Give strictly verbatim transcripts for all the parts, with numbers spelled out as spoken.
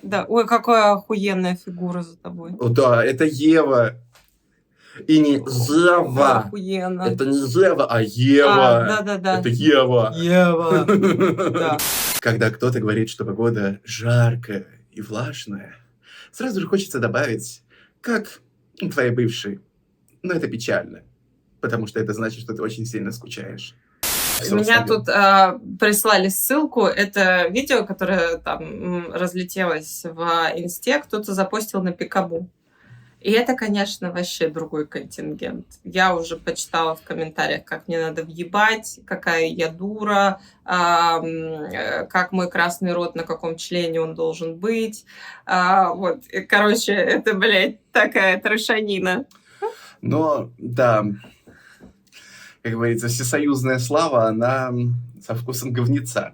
Да. Ой, какая охуенная фигура за тобой. О, да, это Ева. И не Ева. Охуенно. Это не Ева, а А, Ева. да-да-да. Это Ева. Ева. Да. Когда кто-то говорит, что погода жаркая и влажная, сразу же хочется добавить, как у твоей бывшей. Но это печально, потому что это значит, что ты очень сильно скучаешь. Всё Меня встаём. тут а, прислали ссылку. Это видео, которое там м, разлетелось в инсте, кто-то запостил на Пикабу. И это, конечно, вообще другой контингент. Я уже почитала в комментариях, как мне надо въебать, какая я дура, а, м, э, как мой красный рот, на каком члене он должен быть. А, вот, и, короче, это, блядь, такая трешанина. Но, да, как говорится, всесоюзная слава, она со вкусом говнеца.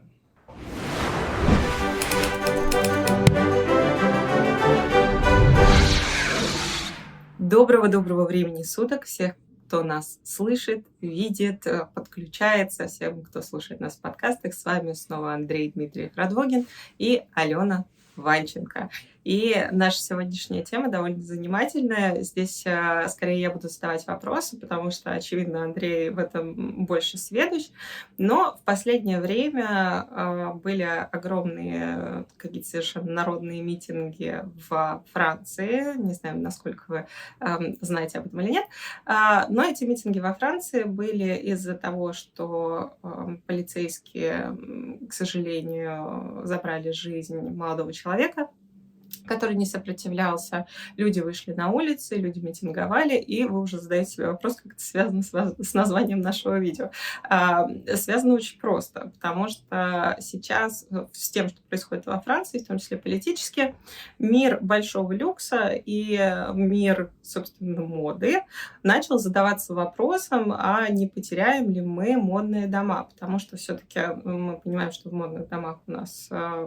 Доброго-доброго времени суток всех, кто нас слышит, видит, э, подключается, всем, кто слушает нас в подкастах. С вами снова Андрей Дмитриев Радвогин и Алена Ванченко. И наша сегодняшняя тема довольно занимательная. Здесь э, скорее я буду задавать вопросы, потому что, очевидно, Андрей в этом больше сведущ. Но в последнее время э, были огромные какие-то совершенно народные митинги в Франции. Не знаю, насколько вы э, знаете об этом или нет. А, но эти митинги во Франции были из-за того, что э, полицейские, м, к сожалению, забрали жизнь молодого человека, который не сопротивлялся. Люди вышли на улицы, люди митинговали, и вы уже задаете себе вопрос, как это связано с, воз- с названием нашего видео. А, связано очень просто, потому что сейчас э, с тем, что происходит во Франции, в том числе политически, мир большого люкса и э, мир, собственно, моды начал задаваться вопросом, а не потеряем ли мы модные дома, потому что все-таки мы понимаем, что в модных домах у нас э,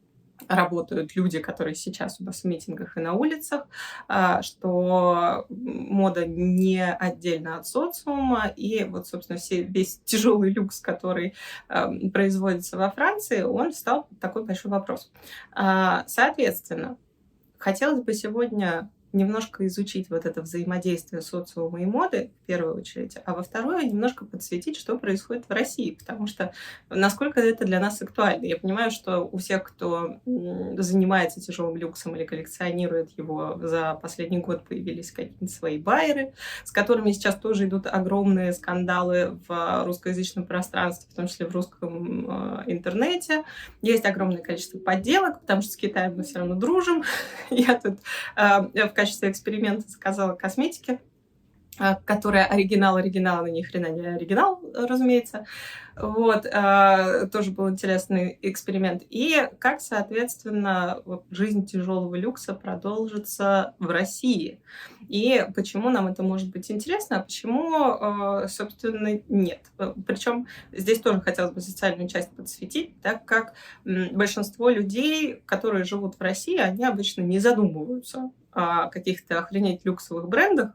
работают люди, которые сейчас у нас в митингах и на улицах, а, что мода не отдельно от социума, и вот, собственно, все, весь тяжелый люкс, который а, производится во Франции, он встал под такой большой вопрос. А, Соответственно, хотелось бы сегодня немножко изучить вот это взаимодействие социума и моды, в первую очередь, а во вторую немножко подсветить, что происходит в России, потому что насколько это для нас актуально. Я понимаю, что у всех, кто м, занимается тяжелым люксом или коллекционирует его, за последний год появились какие-то свои байеры, с которыми сейчас тоже идут огромные скандалы в русскоязычном пространстве, в том числе в русском э, интернете. Есть огромное количество подделок, потому что с Китаем мы все равно дружим. Я тут э, в качестве эксперимента заказала косметики, э, которая оригинал-оригинал, но ни хрена не оригинал, разумеется. Вот, э, тоже был интересный эксперимент. И как, соответственно, вот, жизнь тяжелого люкса продолжится в России. И почему нам это может быть интересно, а почему, э, собственно, нет. Причем здесь тоже хотелось бы социальную часть подсветить, так как м, большинство людей, которые живут в России, они обычно не задумываются о каких-то охренеть люксовых брендах.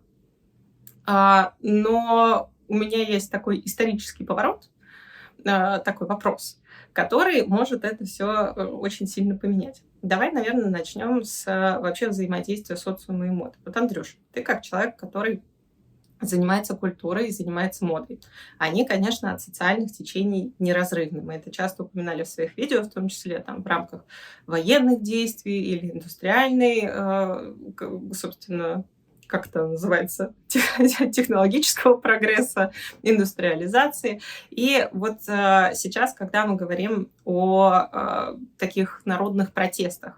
А, но у меня есть такой исторический поворот, а, такой вопрос, который может это все очень сильно поменять. Давай, наверное, начнем с а, вообще взаимодействия социума и моды. Вот, Андрюш, ты как человек, который занимается культурой и занимается модой. Они, конечно, от социальных течений неразрывны. Мы это часто упоминали в своих видео, в том числе там, в рамках военных действий или индустриальной, э, к- собственно, как это называется, тех- технологического прогресса, индустриализации. И вот э, сейчас, когда мы говорим о э, таких народных протестах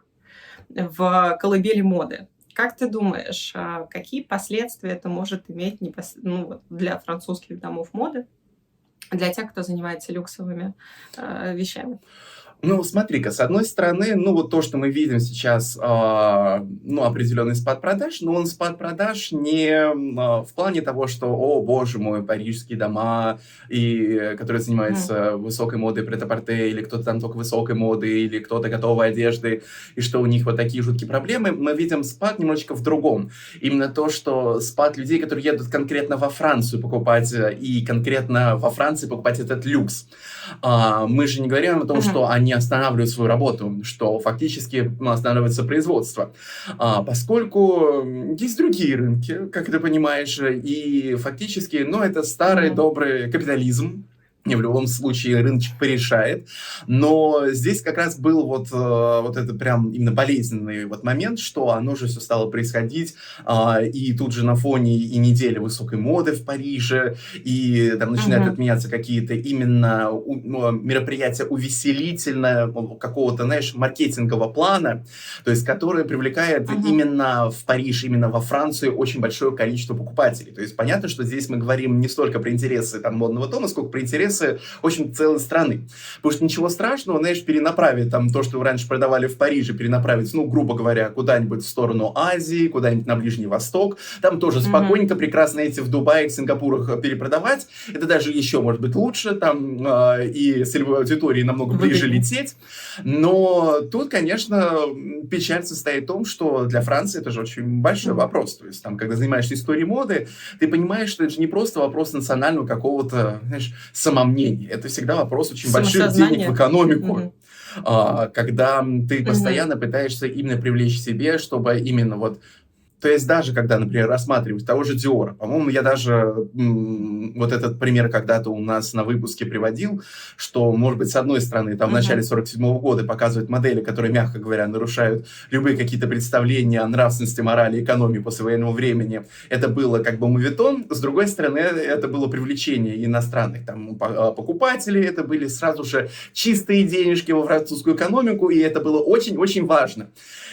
в колыбели моды, как ты думаешь, а, какие последствия это может иметь непос- ну, вот для французских домов моды, для тех, кто занимается люксовыми э, вещами? Ну, смотри-ка, с одной стороны, ну, вот то, что мы видим сейчас, а, ну, определенный спад продаж, но он спад продаж не а, в плане того, что, о, боже мой, парижские дома, и, э, которые Мгм. занимаются высокой модой прет-а-порте, или кто-то там только высокой моды, или кто-то готовой одежды, и что у них вот такие жуткие проблемы, мы видим спад немножечко в другом. Именно то, что спад людей, которые едут конкретно во Францию покупать, э, и конкретно во Франции покупать этот люкс. А, мы же не говорим о том, Мгм. что они они останавливают свою работу, что фактически ну, останавливается производство. А, поскольку есть другие рынки, как ты понимаешь, и фактически, ну, это старый Мгм. добрый капитализм, и в любом случае рыночек порешает. Но здесь как раз был вот, э, вот это прям именно болезненный вот момент, что оно же все стало происходить, а, и тут же на фоне и недели высокой моды в Париже, и там начинают Мгм. отменяться какие-то именно у- ну, мероприятия увеселительного, какого-то, знаешь, маркетингового плана, то есть который привлекает Мгм. именно в Париж, именно во Францию очень большое количество покупателей. То есть понятно, что здесь мы говорим не столько про интересы там, модного дома, сколько про интересы очень целой страны. Потому что ничего страшного, знаешь, перенаправить там то, что раньше продавали в Париже, перенаправить, ну, грубо говоря, куда-нибудь в сторону Азии, куда-нибудь на Ближний Восток. Там тоже Мгм. спокойненько, прекрасно эти в Дубае, в Сингапурах перепродавать. Это даже еще, может быть, лучше, там э, и целевой аудитории намного ближе Выгоднее. лететь. Но тут, конечно, печаль состоит в том, что для Франции это же очень большой Мгм. вопрос. То есть там, когда занимаешься историей моды, ты понимаешь, что это же не просто вопрос национального какого-то, знаешь, самомнения. Это всегда вопрос очень больших денег в Самосознание. экономику. Мгм. А, когда ты Мгм. постоянно пытаешься именно привлечь себе, чтобы именно вот то есть даже когда, например, рассматривать того же Диора, по-моему, я даже м, вот этот пример когда-то у нас на выпуске приводил, что, может быть, с одной стороны, там в начале Мгм. сорок седьмого года показывают модели, которые, мягко говоря, нарушают любые какие-то представления о нравственности, морали, экономии послевоенного времени. Это было как бы моветон, с другой стороны, это было привлечение иностранных там, по- покупателей, это были сразу же чистые денежки во французскую экономику, и это было очень-очень важно.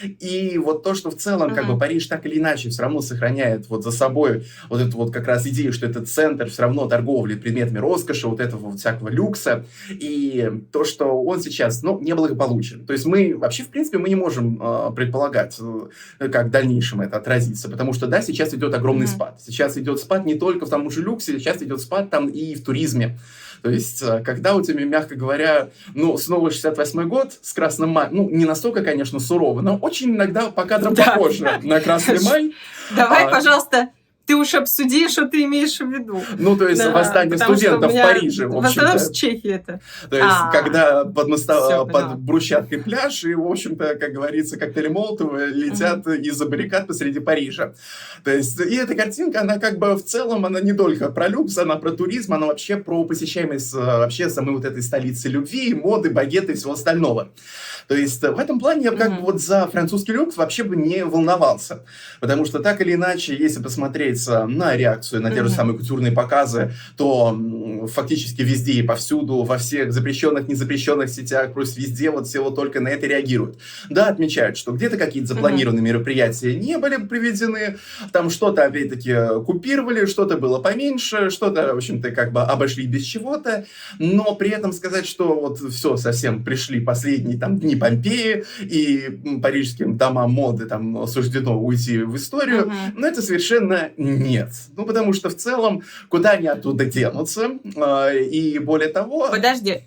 И вот то, что в целом как бы Мгм. Париж так или иначе все равно сохраняет вот за собой вот эту вот как раз идею, что это центр все равно торговли предметами роскоши, вот этого вот всякого люкса, и то, что он сейчас, ну, неблагополучен. То есть мы вообще, в принципе, мы не можем э, предполагать, э, как в дальнейшем это отразится, потому что, да, сейчас идет огромный Мгм. спад. Сейчас идет спад не только в том же люксе, сейчас идет спад там и в туризме. То есть, э, когда у тебя, мягко говоря, ну, снова шестьдесят восьмой год с Красным маем, ну, не настолько, конечно, сурово, но очень иногда по кадрам Да. похоже на Красный май. Давай, А, пожалуйста, ты уж обсуди, что ты имеешь в виду. ну, то есть Да, восстание потому что у студентов в меня Париже, в в основном с общем-то. Чехии это. То есть, А, когда под, все, моста, под поняла. брусчаткой пляж, и, в общем-то, как говорится, коктейли Молотова Мгм. летят из-за баррикад посреди Парижа. То есть, и эта картинка, она как бы в целом, она не только про люкс, она про туризм, она вообще про посещаемость э, вообще самой вот этой столицы любви, моды, багеты и всего остального. То есть, э, в этом плане я бы как бы Мгм. вот за французский люкс вообще бы не волновался. Потому что так или иначе, если посмотреть э, на реакцию на те же Мгм. самые культурные показы, то м, фактически везде и повсюду, во всех запрещенных, незапрещенных сетях, просто везде вот все вот только на это реагируют. Да, отмечают, что где-то какие-то Мгм. запланированные мероприятия не были приведены, там что-то, опять-таки, купировали, что-то было поменьше, что-то, в общем-то, как бы обошли без чего-то, но при этом сказать, что вот все, совсем пришли последние там дни Помпеи, и м, парижским домам моды там суждено уйти в историю, Мгм. но это совершенно нет. Ну, потому что в целом, куда они оттуда денутся, а, и более того... Подожди.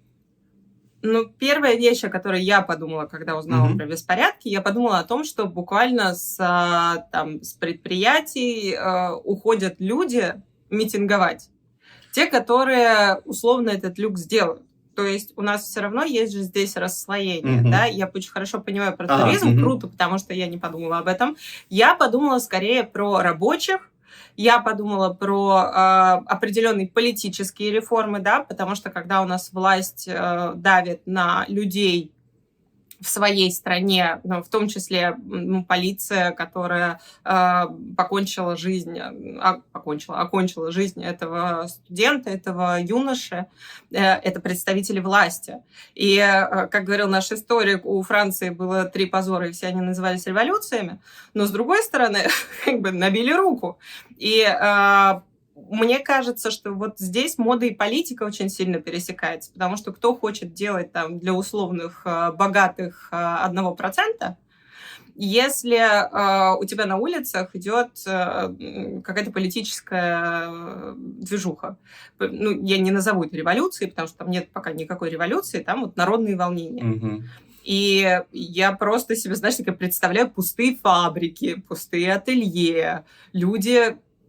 Ну, первая вещь, о которой я подумала, когда узнала Мгм. про беспорядки, я подумала о том, что буквально с, а, там, с предприятий а, уходят люди митинговать. Те, которые условно этот люкс делают. То есть у нас все равно есть же здесь расслоение, да. Мгм. Я очень хорошо понимаю про Ага, туризм, мгм. круто, потому что я не подумала об этом. Я подумала скорее про рабочих, я подумала про а, определенные политические реформы, да, потому что когда у нас власть э, давит на людей в своей стране, ну, в том числе ну, полиция, которая э, покончила жизнь, а, покончила, окончила жизнь этого студента, этого юноши, э, это представители власти. И, э, как говорил наш историк, у Франции было три позора, и все они назывались революциями, но, с другой стороны, как бы набили руку. И э, мне кажется, что вот здесь мода и политика очень сильно пересекаются, потому что кто хочет делать там для условных э, богатых э, одного процента, если э, у тебя на улицах идет э, какая-то политическая э, движуха. Ну, я не назову это революцией, потому что там нет пока никакой революции, там вот народные волнения. Мгм. И я просто себе, знаешь, такая представляю пустые фабрики, пустые ателье, люди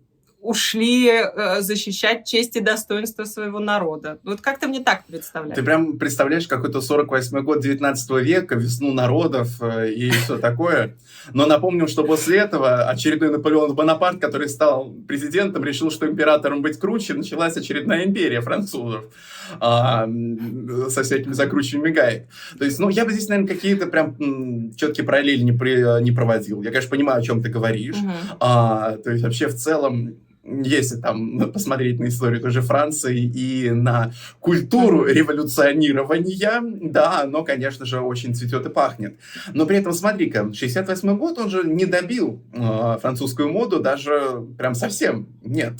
ушли э, защищать честь и достоинство своего народа. Вот как-то мне так представляешь. Ты прям представляешь какой-то сорок восьмой год девятнадцатого века, весну народов э, и все такое. Но напомним, что после этого очередной Наполеон Бонапарт, который стал президентом, решил, что императором быть круче, началась очередная империя французов а, со всякими закручиваниями гаек. То есть, ну, я бы здесь, наверное, какие-то прям м, четкие параллели не, при, не проводил. Я, конечно, понимаю, о чем ты говоришь. Мгм. А, то есть, вообще, в целом, если там посмотреть на историю той же Франции и на культуру Мгм. революционирования, да, оно, конечно же, очень цветет и пахнет. Но при этом, смотри-ка, шестьдесят восьмой год, он же не добил э, французскую моду даже прям совсем, нет.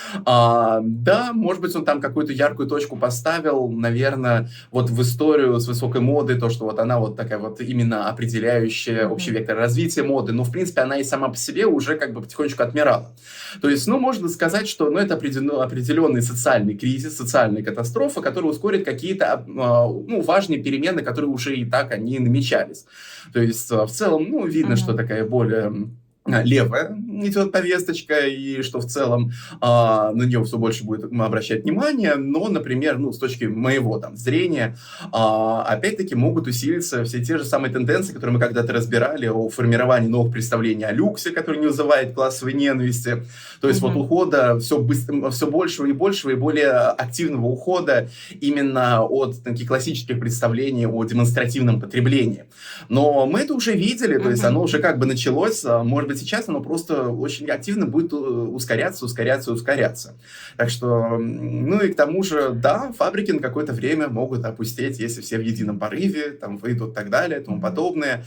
А, да, может быть, он там какую-то яркую точку поставил, наверное, вот в историю с высокой модой, то, что вот она вот такая вот именно определяющая Мгм. общий вектор развития моды, но, в принципе, она и сама по себе уже как бы потихонечку отмирала. То есть, ну, можно сказать, что ну, это определен- определенный социальный кризис, социальная катастрофа, которая ускорит какие-то а, ну, важные перемены, которые уже и так они намечались. То есть, а, в целом, ну, видно, что Мгм. такая более м, а, левая идет повесточка, и что в целом а, на нее все больше будет м, обращать внимание, но, например, ну, с точки моего там зрения, а, опять-таки могут усилиться все те же самые тенденции, которые мы когда-то разбирали о формировании новых представлений о люксе, который не вызывает классовой ненависти. То есть вот Мгм. ухода все, быстро, все большего и большего, и более активного ухода именно от таких классических представлений о демонстративном потреблении. Но мы это уже видели, то есть Мгм. оно уже как бы началось, а, может быть, сейчас оно просто очень активно будет э, ускоряться, ускоряться, ускоряться. Так что, м, ну и к тому же, да, фабрики на какое-то время могут опустеть, если все в едином порыве, там выйдут и так далее, и тому Мгм. подобное.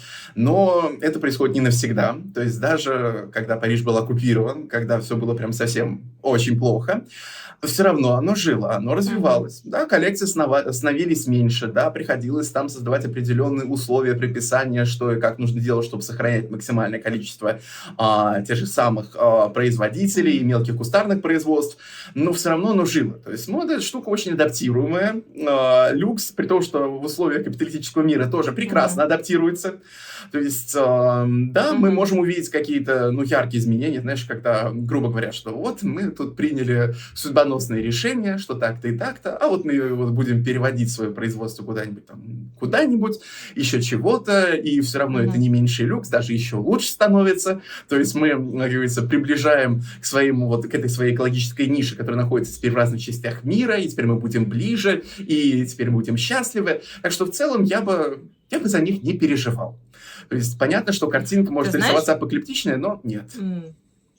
Но это происходит не навсегда. То есть даже когда Париж был оккупирован, когда все было прям совсем очень плохо, все равно оно жило, оно Мгм. развивалось. Да, коллекции снова- становились меньше, да, приходилось там создавать определенные условия, предписания, что и как нужно делать, чтобы сохранять максимальное количество а, тех же самых а, производителей и Мгм. мелких кустарных производств, но все равно оно жило. То есть мода — это штука очень адаптируемая. А, люкс, при том, что в условиях капиталистического мира тоже прекрасно Мгм. адаптируется. То есть, а, да, мы Мгм. можем увидеть какие-то, ну, яркие изменения, знаешь, когда, грубо говоря, что вот мы тут приняли судьбоносные решения, что так-то и так-то, а вот мы вот будем переводить свое производство куда-нибудь там, куда-нибудь, еще чего-то, и все равно это Мгм. не меньший люкс, даже еще лучше становится. То есть мы, как говорится, приближаем к своему, вот к этой своей экологической нише, которая находится теперь в разных частях мира, и теперь мы будем ближе, и теперь будем счастливы. Так что в целом я бы, я бы за них не переживал. То есть понятно, что картинка Ты может знаешь, рисоваться апокалиптичная, но нет. м,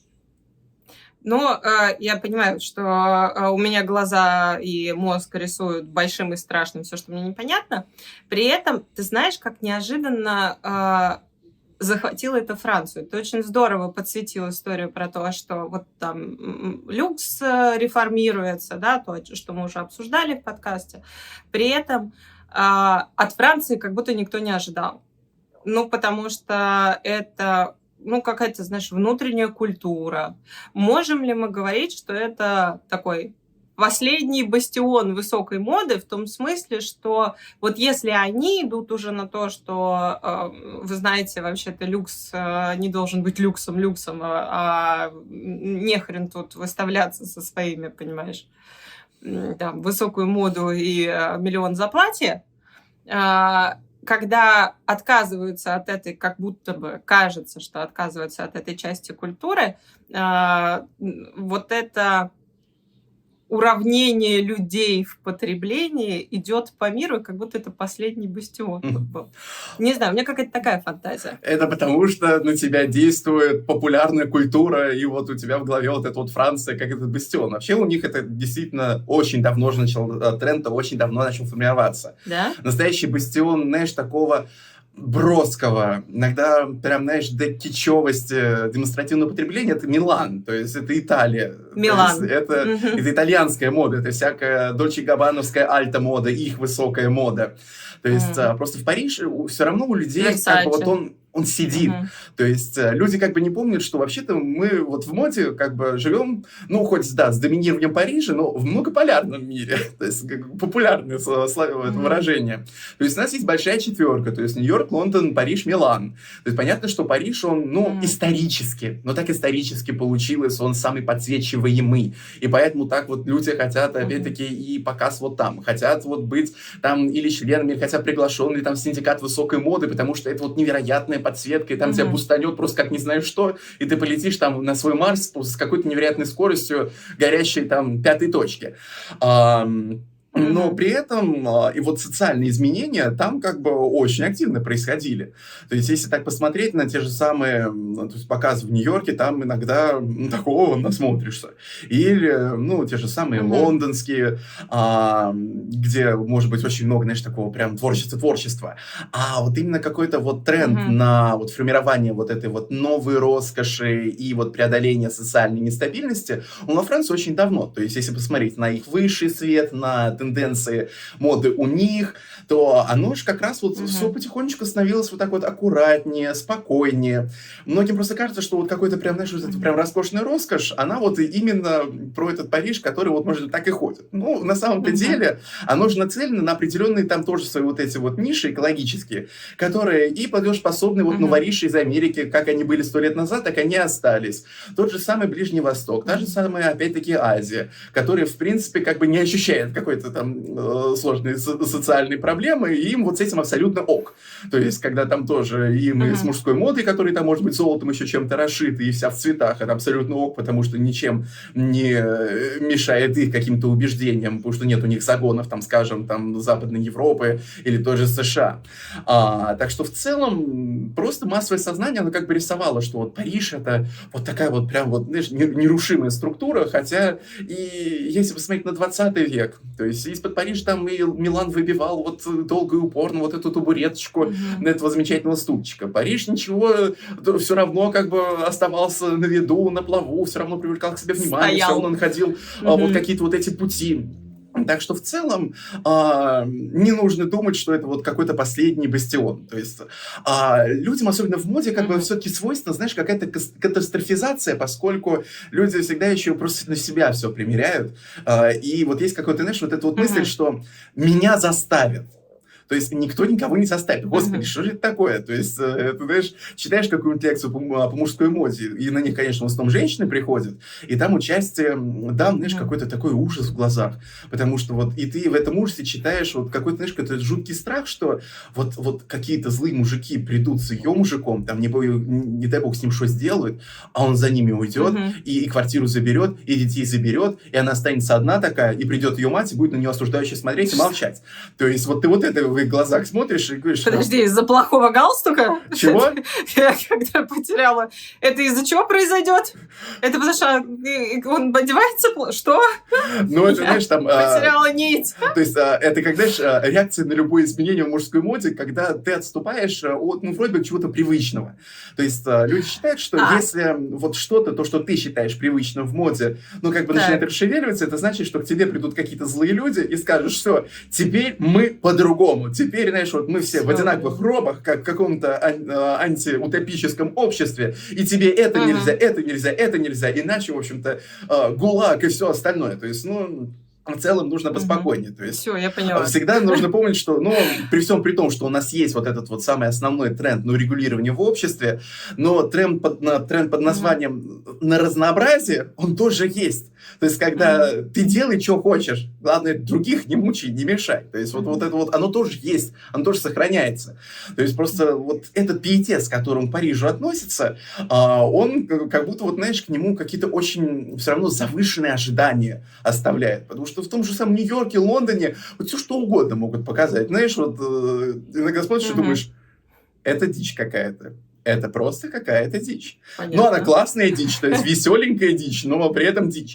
ну, э, я понимаю, что э, у меня глаза и мозг рисуют большим и страшным все, что мне непонятно. При этом, ты знаешь, как неожиданно а, захватила это Францию. Ты очень здорово подсветил историю про то, что вот там м, люкс э, реформируется, да, то, что мы уже обсуждали в подкасте. При этом а, от Франции как будто никто не ожидал. Ну, потому что это, ну, какая-то, знаешь, внутренняя культура. Можем ли мы говорить, что это такой последний бастион высокой моды в том смысле, что вот если они идут уже на то, что, э, вы знаете, вообще-то люкс э, не должен быть люксом-люксом, а, а нехрен тут выставляться со своими, понимаешь, м, там, высокую моду и э, миллион за платье, а, когда отказываются от этой, как будто бы кажется, что отказываются от этой части культуры, а, м, вот это уравнение людей в потреблении идет по миру, и как будто это последний бастион вот Мгм. был. Не знаю, у меня какая-то такая фантазия. Это потому, что на тебя действует популярная культура, и вот у тебя в голове вот эта вот Франция, как этот бастион. Вообще у них это действительно очень давно уже начал, э, тренд очень давно начал формироваться. Да? Настоящий бастион, знаешь, такого броского, иногда прям, знаешь, до кичевости демонстративного потребления — это Милан, то есть это Италия, то есть Милан. это, Мгм. это итальянская мода, это всякая Дольче Габбановская альта-мода, их высокая мода. То есть М. а, просто в Париже все равно у людей как бы вот Версаче. он, он сидит. Мгм. То есть э, люди как бы не помнят, что вообще-то мы вот в моде как бы живем, ну, хоть, да, с доминированием Парижа, но в многополярном мире. То есть как бы популярное сло- сло- это Мгм. выражение. То есть у нас есть большая четверка, то есть Нью-Йорк, Лондон, Париж, Милан. То есть понятно, что Париж, он, ну, Мгм. исторически, но так исторически получилось, он самый подсвечиваемый. И поэтому так вот люди хотят, Мгм. опять-таки, и показ вот там. Хотят вот быть там или членами, или хотят приглашенные там в синдикат высокой моды, потому что это вот невероятная подсветка, и там тебя Мгм. бустанет просто как не знаю что, и ты полетишь там на свой Марс с какой-то невероятной скоростью горящей там пятой точки. Ам, Но Мгм. при этом а, и вот социальные изменения там как бы очень активно происходили. То есть если так посмотреть на те же самые м, то есть показы в Нью-Йорке, там иногда м, такого насмотришься. Или, ну, те же самые Мгм. лондонские, а, где, может быть, очень много, знаешь, такого прям творчества-творчества. А вот именно какой-то вот тренд Мгм. на вот формирование вот этой вот новой роскоши и вот преодоление социальной нестабильности, он во Франции очень давно. То есть если посмотреть на их высший свет, на тенденции моды у них, то оно же как раз вот все Мгм. потихонечку становилось вот так вот аккуратнее, спокойнее. Многим просто кажется, что вот какой-то прям, знаешь, вот эта Мгм. прям роскошная роскошь, она вот и именно про этот Париж, который вот, может, так и ходит. Ну, на самом-то Мгм. деле, оно же нацелено на определенные там тоже свои вот эти вот ниши экологические, которые и платежеспособны вот Мгм. новориши из Америки, как они были сто лет назад, так они и остались. Тот же самый Ближний Восток, та же Мгм. самая, опять-таки, Азия, которая, в принципе, как бы не ощущает какой-то там э, сложной со- социальной проблемы, и им вот с этим абсолютно ок. То есть, когда там тоже им и с Мгм. мужской модой, который там может быть золотом еще чем-то расшит, и вся в цветах, это абсолютно ок, потому что ничем не э, мешает их каким-то убеждениям, потому что нет у них загонов, там, скажем, там, Западной Европы или той же США. А, так что в целом просто массовое сознание, оно как бы рисовало, что вот Париж это вот такая вот прям вот, знаешь, не- нерушимая структура, хотя и если посмотреть на двадцатый век, то есть из-под Парижа там и Милан выбивал вот долго и упорно вот эту табуреточку Мгм. на этого замечательного стульчика. Париж ничего, все равно как бы оставался на виду, на плаву, все равно привлекал к себе внимание, все равно Стоял. находил а, вот Мгм. какие-то вот эти пути. Так что в целом а, не нужно думать, что это вот какой-то последний бастион. То есть а, людям, особенно в моде, как бы Мгм. все-таки свойственно, знаешь, какая-то кас- катастрофизация, поскольку люди всегда еще просто на себя все примеряют. А, и вот есть какой-то, знаешь, вот эта вот мысль, Мгм. что меня заставят. То есть никто никого не заставит. Господи, Мгм. что же это такое? То есть, э, ты знаешь, читаешь какую-нибудь лекцию по, м- по мужской моде, и на них, конечно, в основном женщины приходят, и там участие м, дам, знаешь, Мгм. какой-то такой ужас в глазах. Потому что вот и ты в этом ужасе читаешь вот какой-то, знаешь, какой-то жуткий страх, что вот, вот какие-то злые мужики придут с ее мужиком, там, не, бою- не дай бог, с ним что сделают, а он за ними уйдет, Мгм. и, и квартиру заберет, и детей заберет, и она останется одна такая, и придет ее мать, и будет на нее осуждающе смотреть и молчать. То есть вот ты вот это в их глазах смотришь и говоришь, что Подожди, из-за плохого галстука? чего? Я когда потеряла. Это из-за чего произойдет? Это потому что э, он одевается? пла- Что? Ну, это, Я знаешь, там, а, потеряла нить. то есть а, это, как, знаешь, а, реакция на любое изменение в мужской моде, когда ты отступаешь а, от, ну, вроде бы чего-то привычного. То есть а, люди считают, что А, если вот что-то, то, что ты считаешь привычным в моде, ну, как бы начинает так. расшевеливаться, это значит, что к тебе придут какие-то злые люди и скажут, все, теперь мы по-другому. Теперь, знаешь, вот мы все в Всё, одинаковых блин. робах, как в каком-то ан- а, антиутопическом обществе, и тебе это нельзя, Мгм. это нельзя, это нельзя, иначе, в общем-то, а, ГУЛАГ и все остальное. То есть, ну, в целом нужно Мгм. поспокойнее. То есть Все, я а, поняла. всегда нужно помнить, что, ну, при всем при том, что у нас есть вот этот вот самый основной тренд, ну, регулирование в обществе, но тренд под, на, тренд под Мгм. названием на разнообразие, он тоже есть. То есть, Мгм. когда ты делай, что хочешь, главное, других не мучай, не мешай. То есть, вот, вот Мгм. это вот, оно тоже есть, оно тоже сохраняется. То есть, просто вот этот пиетет, с которым к Парижу относится, а, он к- как будто, вот, знаешь, к нему какие-то очень все равно завышенные ожидания оставляет. Потому что в том же самом Нью-Йорке, Лондоне вот все что угодно могут показать. Знаешь, вот э, иногда смотришь и Мгм. думаешь, это дичь какая-то. Это просто какая-то дичь. Ну, она Понятно. классная дичь, то есть веселенькая дичь, но при этом дичь.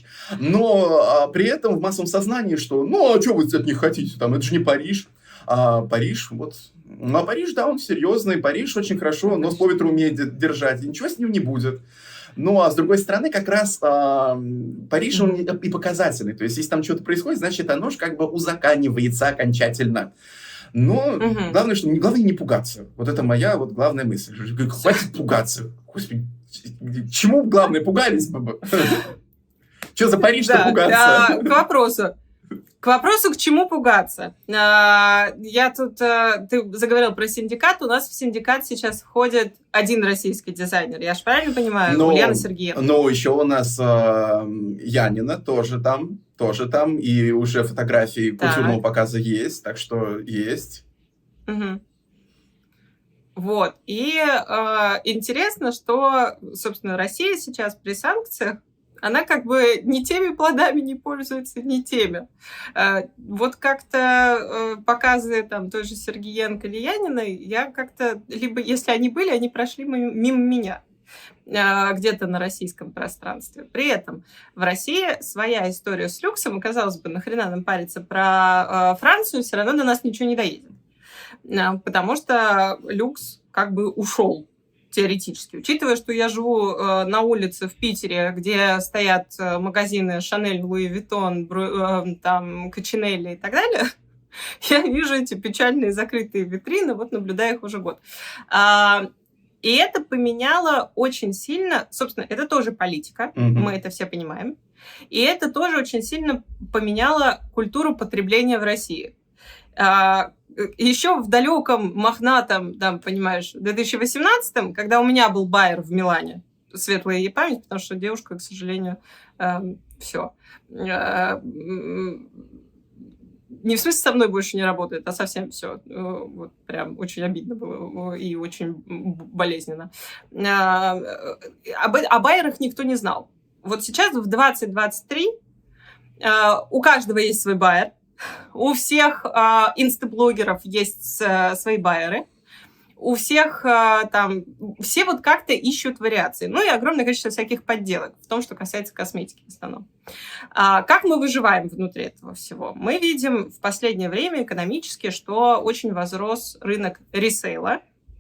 Но а, при этом в массовом сознании, что, ну, а что вы от них хотите, там, это же не Париж. А Париж, вот, ну, а Париж, да, он серьезный, Париж очень хорошо, нос по ветру умеет де- держать, и ничего с ним не будет. Ну, а с другой стороны, как раз а, Париж, он и Мгм. и показательный. То есть, если там что-то происходит, значит, оно же как бы узаканивается окончательно. Но Мгм. главное, что, главное не пугаться. Вот это моя вот главная мысль. Хватит пугаться. Господи, чему, главное, пугались бы? Что за Париж-то Да, пугаться? а, к вопросу. К вопросу, к чему пугаться. А, Я тут, а, ты заговорил про синдикат. У нас в синдикат сейчас входит один российский дизайнер. Я же правильно понимаю? Но, Ульяна Сергеевна. но еще у нас а, Янина тоже там, тоже там, и уже фотографии Так. культурного показа есть, так что есть. Мгм. Вот. И а, интересно, что, собственно, Россия сейчас при санкциях, она как бы ни теми плодами не пользуется, ни теми. А, Вот как-то э, показы там той же Сергеенко или Яниной, я как-то, либо если они были, они прошли ми- мимо меня а, где-то на российском пространстве. При этом в России своя история с люксом, и, казалось бы, нахрена нам париться про э, Францию, все равно до нас ничего не доедет. А, Потому что люкс как бы ушел теоретически. Учитывая, что я живу э, на улице в Питере, где стоят э, магазины Шанель, Луи Виттон, Бру- э, там, Качинелли и так далее, я вижу эти печальные закрытые витрины, вот наблюдаю их уже год. А, И это поменяло очень сильно, собственно, это тоже политика, Мгм. мы это все понимаем, и это тоже очень сильно поменяло культуру потребления в России. А, Еще в далеком, мохнатом, там, понимаешь, две тысячи восемнадцатом, когда у меня был байер в Милане, светлая ей память, потому что девушка, к сожалению, все. Не в смысле со мной больше не работает, а совсем все. Вот прям очень обидно было и очень болезненно. А, Об, о байерах никто не знал. Вот сейчас в двадцать двадцать три а, у каждого есть свой байер, у всех а, инстаблогеров есть а, свои байеры, у всех а, там, все вот как-то ищут вариации. Ну и огромное количество всяких подделок, в том, что касается косметики в основном. А, как мы выживаем внутри этого всего? Мы видим в последнее время экономически, что очень возрос рынок ресейла.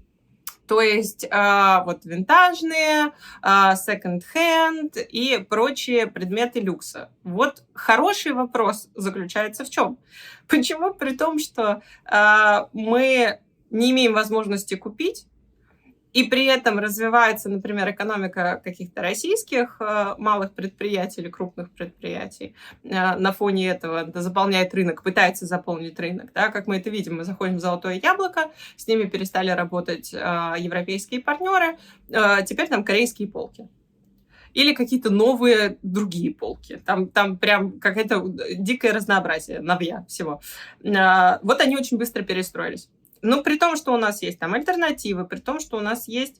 То есть а, вот винтажные, а, секонд-хенд и прочие предметы люкса. Вот хороший вопрос заключается в чем? Почему при том, что а, мы не имеем возможности купить, и при этом развивается, например, экономика каких-то российских э, малых предприятий или крупных предприятий, э, на фоне этого заполняет рынок, пытается заполнить рынок. Да? Как мы это видим, мы заходим в «Золотое яблоко», с ними перестали работать э, европейские партнеры, э, теперь там корейские полки. Или какие-то новые другие полки. Там, там прям какое-то дикое разнообразие, новья всего. Э, вот они очень быстро перестроились. Но при том, что у нас есть там альтернативы, при том, что у нас есть...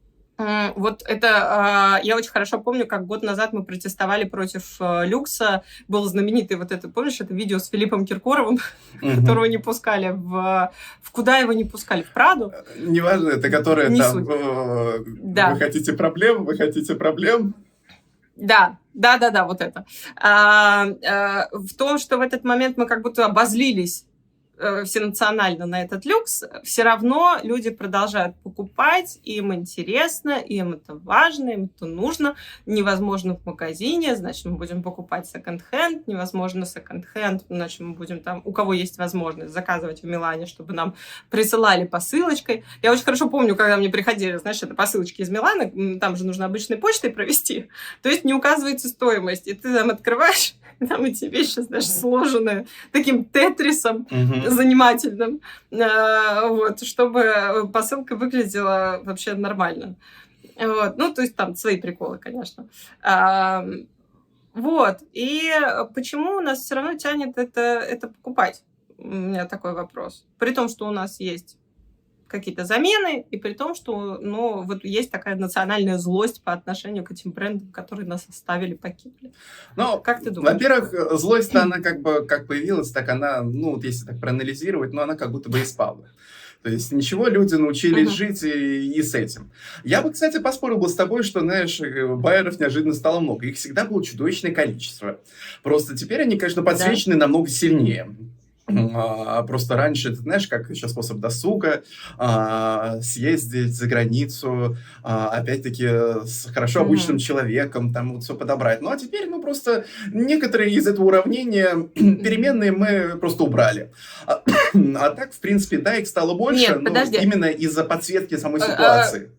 Вот это... Я очень хорошо помню, как год назад мы протестовали против люкса. Был знаменитый вот это, помнишь, это видео с Филиппом Киркоровым, Мгм. которого не пускали в... В куда его не пускали? В Праду? Неважно, это которое Не там... суть. э, Да. Вы хотите проблем? Вы хотите проблем? Да, да, да, да, вот это. А, а, в том, что в этот момент мы как будто обозлились э, всенационально на этот люкс, все равно люди продолжают покупать, им интересно, им это важно, им это нужно. Невозможно в магазине, значит, мы будем покупать секонд-хенд, невозможно секонд-хенд, значит, мы будем там, у кого есть возможность, заказывать в Милане, чтобы нам присылали посылочкой. Я очень хорошо помню, когда мне приходили, знаешь, это посылочки из Милана, м, там же нужно обычной почтой провести, то есть не указывается стоимость, и ты там открываешь, и там эти вещи, знаешь, сложенные таким тетрисом Мгм. занимательным, э, вот, чтобы посылка выглядела вообще нормально. Вот. Ну, то есть там свои приколы, конечно. А, Вот. И почему у нас все равно тянет это, это покупать? У меня такой вопрос. При том, что у нас есть какие-то замены, и при том, что, ну, вот есть такая национальная злость по отношению к этим брендам, которые нас оставили, покинули. Ну, Как ты думаешь? во-первых, злость-то она как бы как появилась, так она, ну, вот если так проанализировать, ну, она как будто бы и спала. То есть ничего, люди научились Мгм. жить и, и с этим. Я бы, кстати, поспорил бы с тобой, что, знаешь, э, байеров неожиданно стало много. Их всегда было чудовищное количество. Просто теперь они, конечно, подсвечены намного сильнее. А, просто раньше, ты знаешь, как еще способ досуга, а, съездить за границу, а, опять-таки с хорошо обученным Мгм. человеком, там вот все подобрать. Ну, а теперь, ну, просто некоторые из этого уравнения Мгм. переменные мы просто убрали. А, а так, в принципе, да, их стало больше, Нет, но подожди. именно из-за подсветки самой Э, а, ситуации.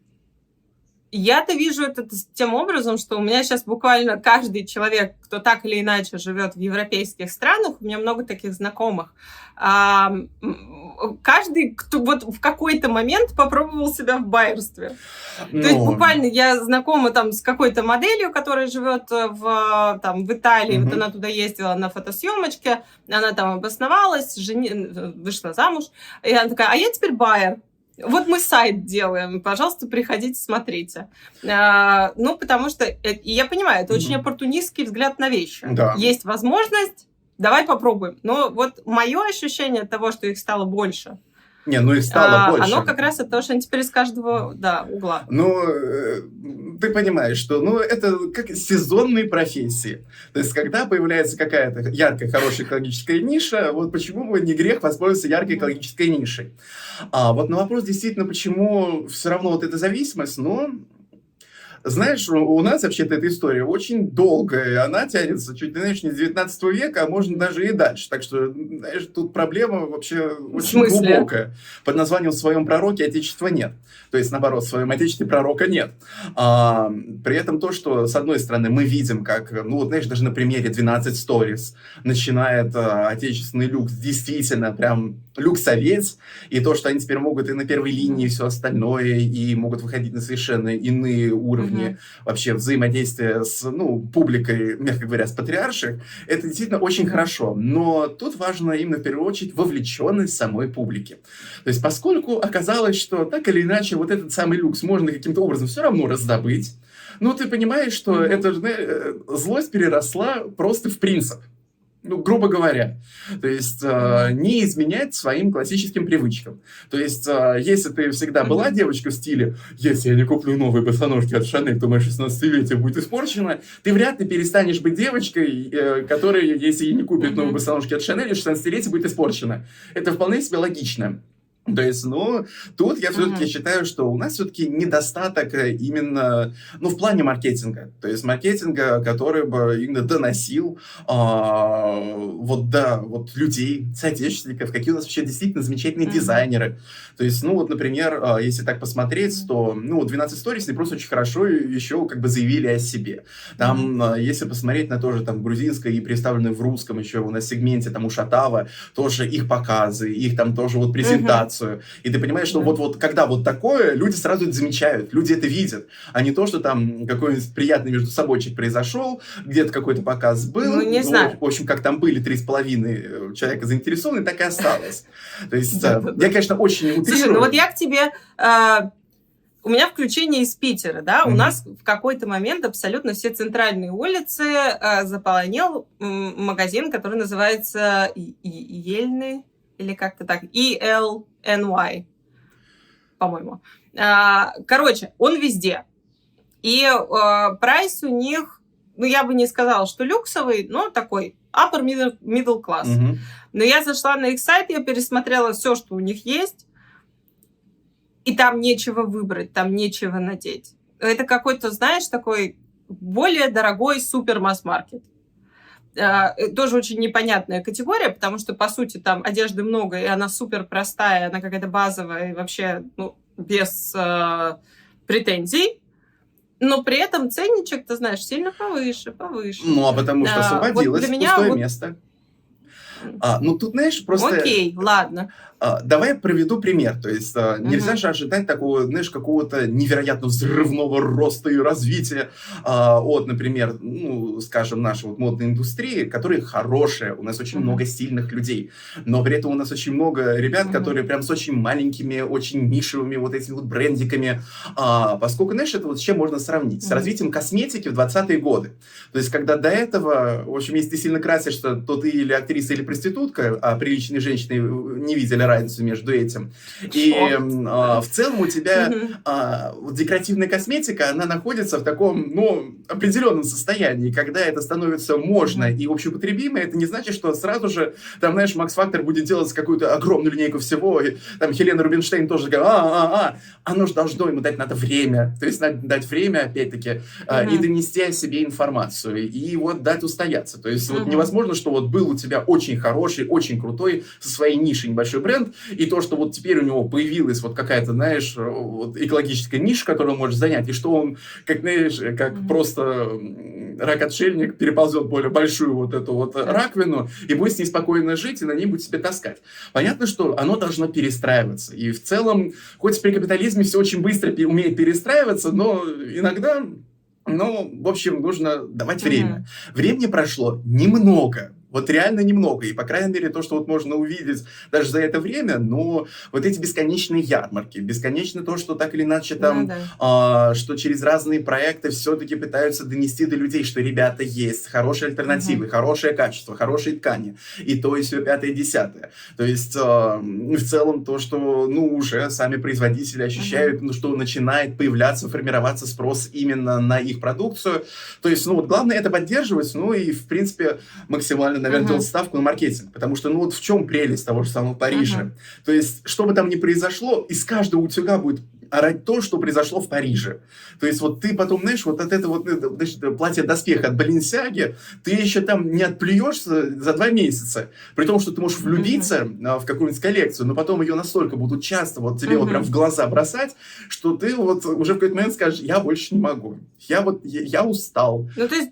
Я-то вижу это т- тем образом, что у меня сейчас буквально каждый человек, кто так или иначе живет в европейских странах, у меня много таких знакомых, а, м, каждый, кто вот в какой-то момент попробовал себя в байерстве. То есть Ну, буквально я знакома там с какой-то моделью, которая живет э, в, там, в Италии, вот мгм. она туда ездила на фотосъемочке, она там обосновалась, жени... э, вышла замуж, и она такая, а я теперь байер. Вот мы сайт делаем, пожалуйста, приходите, смотрите. А, ну, потому что, э, и я понимаю, это очень Мгм. оппортунистский взгляд на вещи. Да. Есть возможность, давай попробуем. Но вот мое ощущение того, что их стало больше, Не, ну их стало а, оно больше. как раз от того, что они теперь из каждого, да, угла. Ну, э, ты понимаешь, что ну, это как сезонные профессии. То есть, когда появляется какая-то яркая, хорошая экологическая ниша, вот почему бы не грех воспользоваться яркой Мгм. экологической нишей. А вот на вопрос действительно, почему все равно вот эта зависимость, ну, знаешь, у у нас вообще-то эта история очень долгая, и она тянется чуть ли, знаешь, не с девятнадцатого века, а можно даже и дальше. Так что, знаешь, тут проблема вообще В очень смысле? глубокая. Под названием «В своем пророке Отечества нет». То есть, наоборот, в своем Отечестве пророка нет. А, при этом то, что, с одной стороны, мы видим, как, ну, вот, знаешь, даже на примере двенадцать Stories начинает а, отечественный люкс действительно прям люксоветь, и то, что они теперь могут и на первой линии, и Мгм. все остальное, и могут выходить на совершенно иные уровни Мгм. вообще взаимодействия с, ну, публикой, мягко говоря, с патриарших, это действительно очень Мгм. хорошо. Но тут важно именно в первую очередь вовлеченность самой публики. То есть поскольку оказалось, что так или иначе вот этот самый люкс можно каким-то образом все равно раздобыть, ну, ты понимаешь, что Мгм. эта же, э, злость переросла просто в принцип. Ну, грубо говоря. То есть э, Мгм. не изменять своим классическим привычкам. То есть, э, если ты всегда была Мгм. девочка в стиле «если я не куплю новые босоножки от Шанель, то мое шестнадцатилетие будет испорчено», ты вряд ли перестанешь быть девочкой, э, которая, если ей не купит новые Мгм. босоножки от Шанель, шестнадцатилетие будет испорчено. Это вполне себе логично. То есть, ну, тут я все-таки Мгм. считаю, что у нас все-таки недостаток э, именно, ну, в плане маркетинга. То есть маркетинга, который бы именно доносил а, вот, да, вот людей, соотечественников, какие у нас вообще действительно замечательные Мгм. дизайнеры. То есть, ну, вот, например, а, если так посмотреть, Мгм. то, ну, двенадцать Stories не просто очень хорошо еще как бы заявили о себе. Мгм. Там, а, если посмотреть на тоже там грузинское и представленное в русском еще у нас сегменте там у Шатава, тоже их показы, их там тоже вот Мгм. презентацию. И ты понимаешь, что Да. вот, вот когда вот такое, люди сразу это замечают, люди это видят, а не то, что там какой-нибудь приятный между собойчик произошел, где-то какой-то показ Ну, был, не ну, знаю. в общем, как там были три с половиной человека заинтересованы, так и осталось. То есть э, я, Да-да-да. конечно, очень Слушай, ну вот утрирую. я к тебе... а, У меня включение из Питера, да, у Мгм. нас в какой-то момент абсолютно все центральные улицы а, заполонил м, магазин, который называется И- И- Ельный, или как-то так, И Л Н Y, по-моему. А, Короче, он везде. И а, прайс у них, ну, я бы не сказала, что люксовый, но такой upper middle, middle class. Мгм. Но я зашла на их сайт, я пересмотрела все, что у них есть, и там нечего выбрать, там нечего надеть. Это какой-то, знаешь, такой более дорогой супер масс-маркет. А, э, Тоже очень непонятная категория, потому что, по сути, там одежды много, и она супер простая, она какая-то базовая, и вообще, ну, без э, претензий. Но при этом ценничек, ты знаешь, сильно повыше, повыше. Ну, а потому что А, Вот для освободилось меня пустое вот... место. м, А, ну, тут, знаешь, просто Окей, ладно. А, давай приведу пример. То есть а, нельзя Мгм, же ожидать такого, знаешь, какого-то невероятно взрывного роста и развития а, от, например, ну, скажем, нашей вот модной индустрии, которая хорошая, у нас очень мгм, много сильных людей, но при этом у нас очень много ребят, мгм, которые прям с очень маленькими, очень нишевыми вот этими вот брендиками, а, поскольку, знаешь, это вот с чем можно сравнить? С мгм, развитием косметики в двадцатые годы. То есть, когда до этого, в общем, если ты сильно красишься, то ты или актриса, или проститутка, а приличные женщины не видели разницу между этим. И э, в целом у тебя э, вот декоративная косметика, она находится в таком, ну, определенном состоянии. Когда это становится можно и общеупотребимо, это не значит, что сразу же, там, знаешь, Max Factor будет делать какую-то огромную линейку всего, и там Хелена Рубинштейн тоже говорит, а-а-а, оно же должно ему дать, надо время. То есть надо дать время, опять-таки, э, и донести о себе информацию, и вот дать устояться. То есть вот невозможно, что вот был у тебя очень хороший, очень крутой, со своей нишей небольшой бренд, и то, что вот теперь у него появилась вот какая-то, знаешь, вот экологическая ниша, которую он может занять, и что он, как, знаешь, как mm-hmm. просто рак-отшельник переползет в более большую вот эту вот mm-hmm. раковину, и будет с ней спокойно жить, и на ней будет себе таскать. Понятно, что оно должно перестраиваться. И в целом, хоть при капитализме все очень быстро умеет перестраиваться, но иногда... Ну, в общем, нужно давать время. Mm-hmm. Времени прошло немного. Вот реально немного. И, по крайней мере, то, что вот можно увидеть даже за это время, но вот эти бесконечные ярмарки, бесконечно то, что так или иначе там, ну, да. э, что через разные проекты все-таки пытаются донести до людей, что, ребята, есть хорошие альтернативы, mm-hmm. хорошее качество, хорошие ткани. И то, и все, пятое, десятое. То есть, э, в целом, то, что, ну, уже сами производители ощущают, mm-hmm. ну, что начинает появляться, формироваться спрос именно на их продукцию. То есть, ну, вот главное это поддерживать, ну, и, в принципе, максимально наверное, uh-huh. делать ставку на маркетинг. Потому что, ну вот в чем прелесть того же самого Парижа? Uh-huh. То есть, что бы там ни произошло, из каждого утюга будет орать то, что произошло в Париже. То есть, вот ты потом, знаешь, вот от этого вот, значит, платья-доспеха от Баленсиаги, ты еще там не отплюешься за два месяца. При том, что ты можешь влюбиться uh-huh. в какую-нибудь коллекцию, но потом ее настолько будут часто вот тебе uh-huh. вот прям в глаза бросать, что ты вот уже в какой-то момент скажешь, я больше не могу. Я вот, я, я устал. Ну, то есть,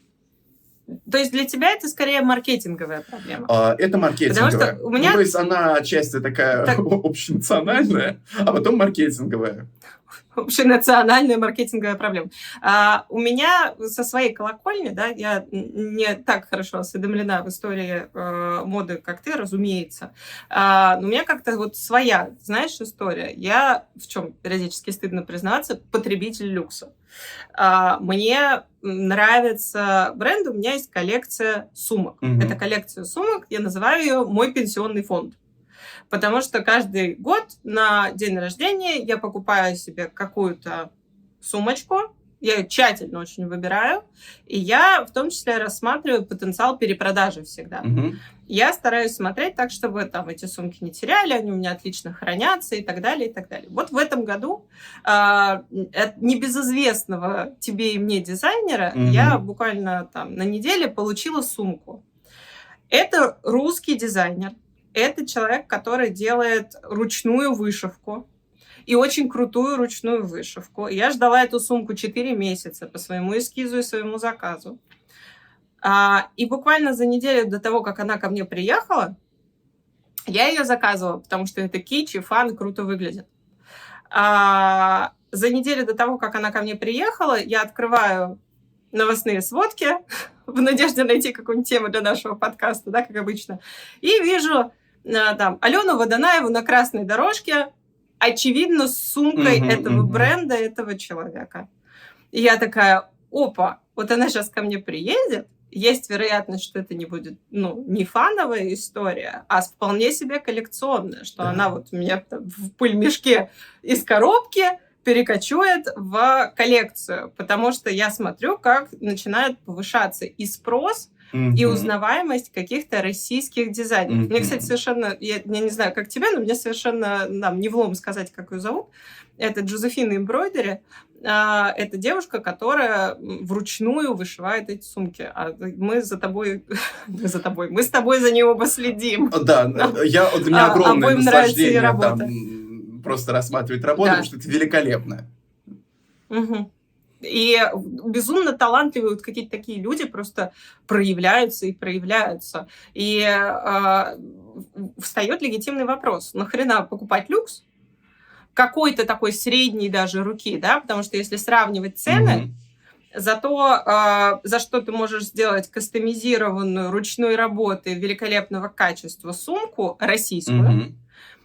То есть для тебя это скорее маркетинговая проблема? А, это маркетинговая. Потому что у меня... Ну, то есть она отчасти такая так... общенациональная, а потом маркетинговая. Общенациональная маркетинговая проблема. А, у меня со своей колокольни, да, я не так хорошо осведомлена в истории э, моды, как ты, разумеется. А, но у меня как-то вот своя, знаешь, история. Я, в чем периодически стыдно признаться, потребитель люкса. А, мне нравится бренд, у меня есть коллекция сумок. Mm-hmm. Это коллекция сумок, я называю ее «Мой пенсионный фонд». Потому что каждый год на день рождения я покупаю себе какую-то сумочку, я ее тщательно очень выбираю, и я в том числе рассматриваю потенциал перепродажи всегда. Mm-hmm. Я стараюсь смотреть так, чтобы там эти сумки не теряли, они у меня отлично хранятся и так далее, и так далее. Вот в этом году э, от небезызвестного тебе и мне дизайнера mm-hmm. я буквально там на неделе получила сумку. Это русский дизайнер. Это человек, который делает ручную вышивку. И очень крутую ручную вышивку. Я ждала эту сумку четыре месяца по своему эскизу и своему заказу. А, и буквально за неделю до того, как она ко мне приехала, я ее заказывала, потому что это кич и фан, круто выглядит. А, за неделю до того, как она ко мне приехала, я открываю новостные сводки в надежде найти какую-нибудь тему для нашего подкаста, да, как обычно, и вижу там Алену Водонаеву на красной дорожке, очевидно, с сумкой uh-huh, этого uh-huh. бренда, этого человека. И я такая, опа, вот она сейчас ко мне приедет, есть вероятность, что это не будет, ну, не фановая история, а вполне себе коллекционная, что uh-huh. она вот у меня в пыльмешке из коробки перекочует в коллекцию, потому что я смотрю, как начинает повышаться и спрос, Mm-hmm. и узнаваемость каких-то российских дизайнеров. Mm-hmm. Мне, кстати, совершенно, я, я не знаю, как тебе, но мне совершенно нам не влом сказать, как ее зовут. Это Джозефина Эмбройдери. А, это девушка, которая вручную вышивает эти сумки. А мы за тобой, мы за тобой, мы с тобой за ней оба следим. Да, я, для меня огромное наслаждение там просто рассматривать работу, да. потому что это великолепно. Угу. И безумно талантливые вот какие-то такие люди просто проявляются и проявляются. И э, встает легитимный вопрос. Нахрена покупать люкс? Какой-то такой средней даже руки, да? Потому что если сравнивать цены, mm-hmm. за то, э, за что ты можешь сделать кастомизированную ручной работы великолепного качества сумку российскую, mm-hmm.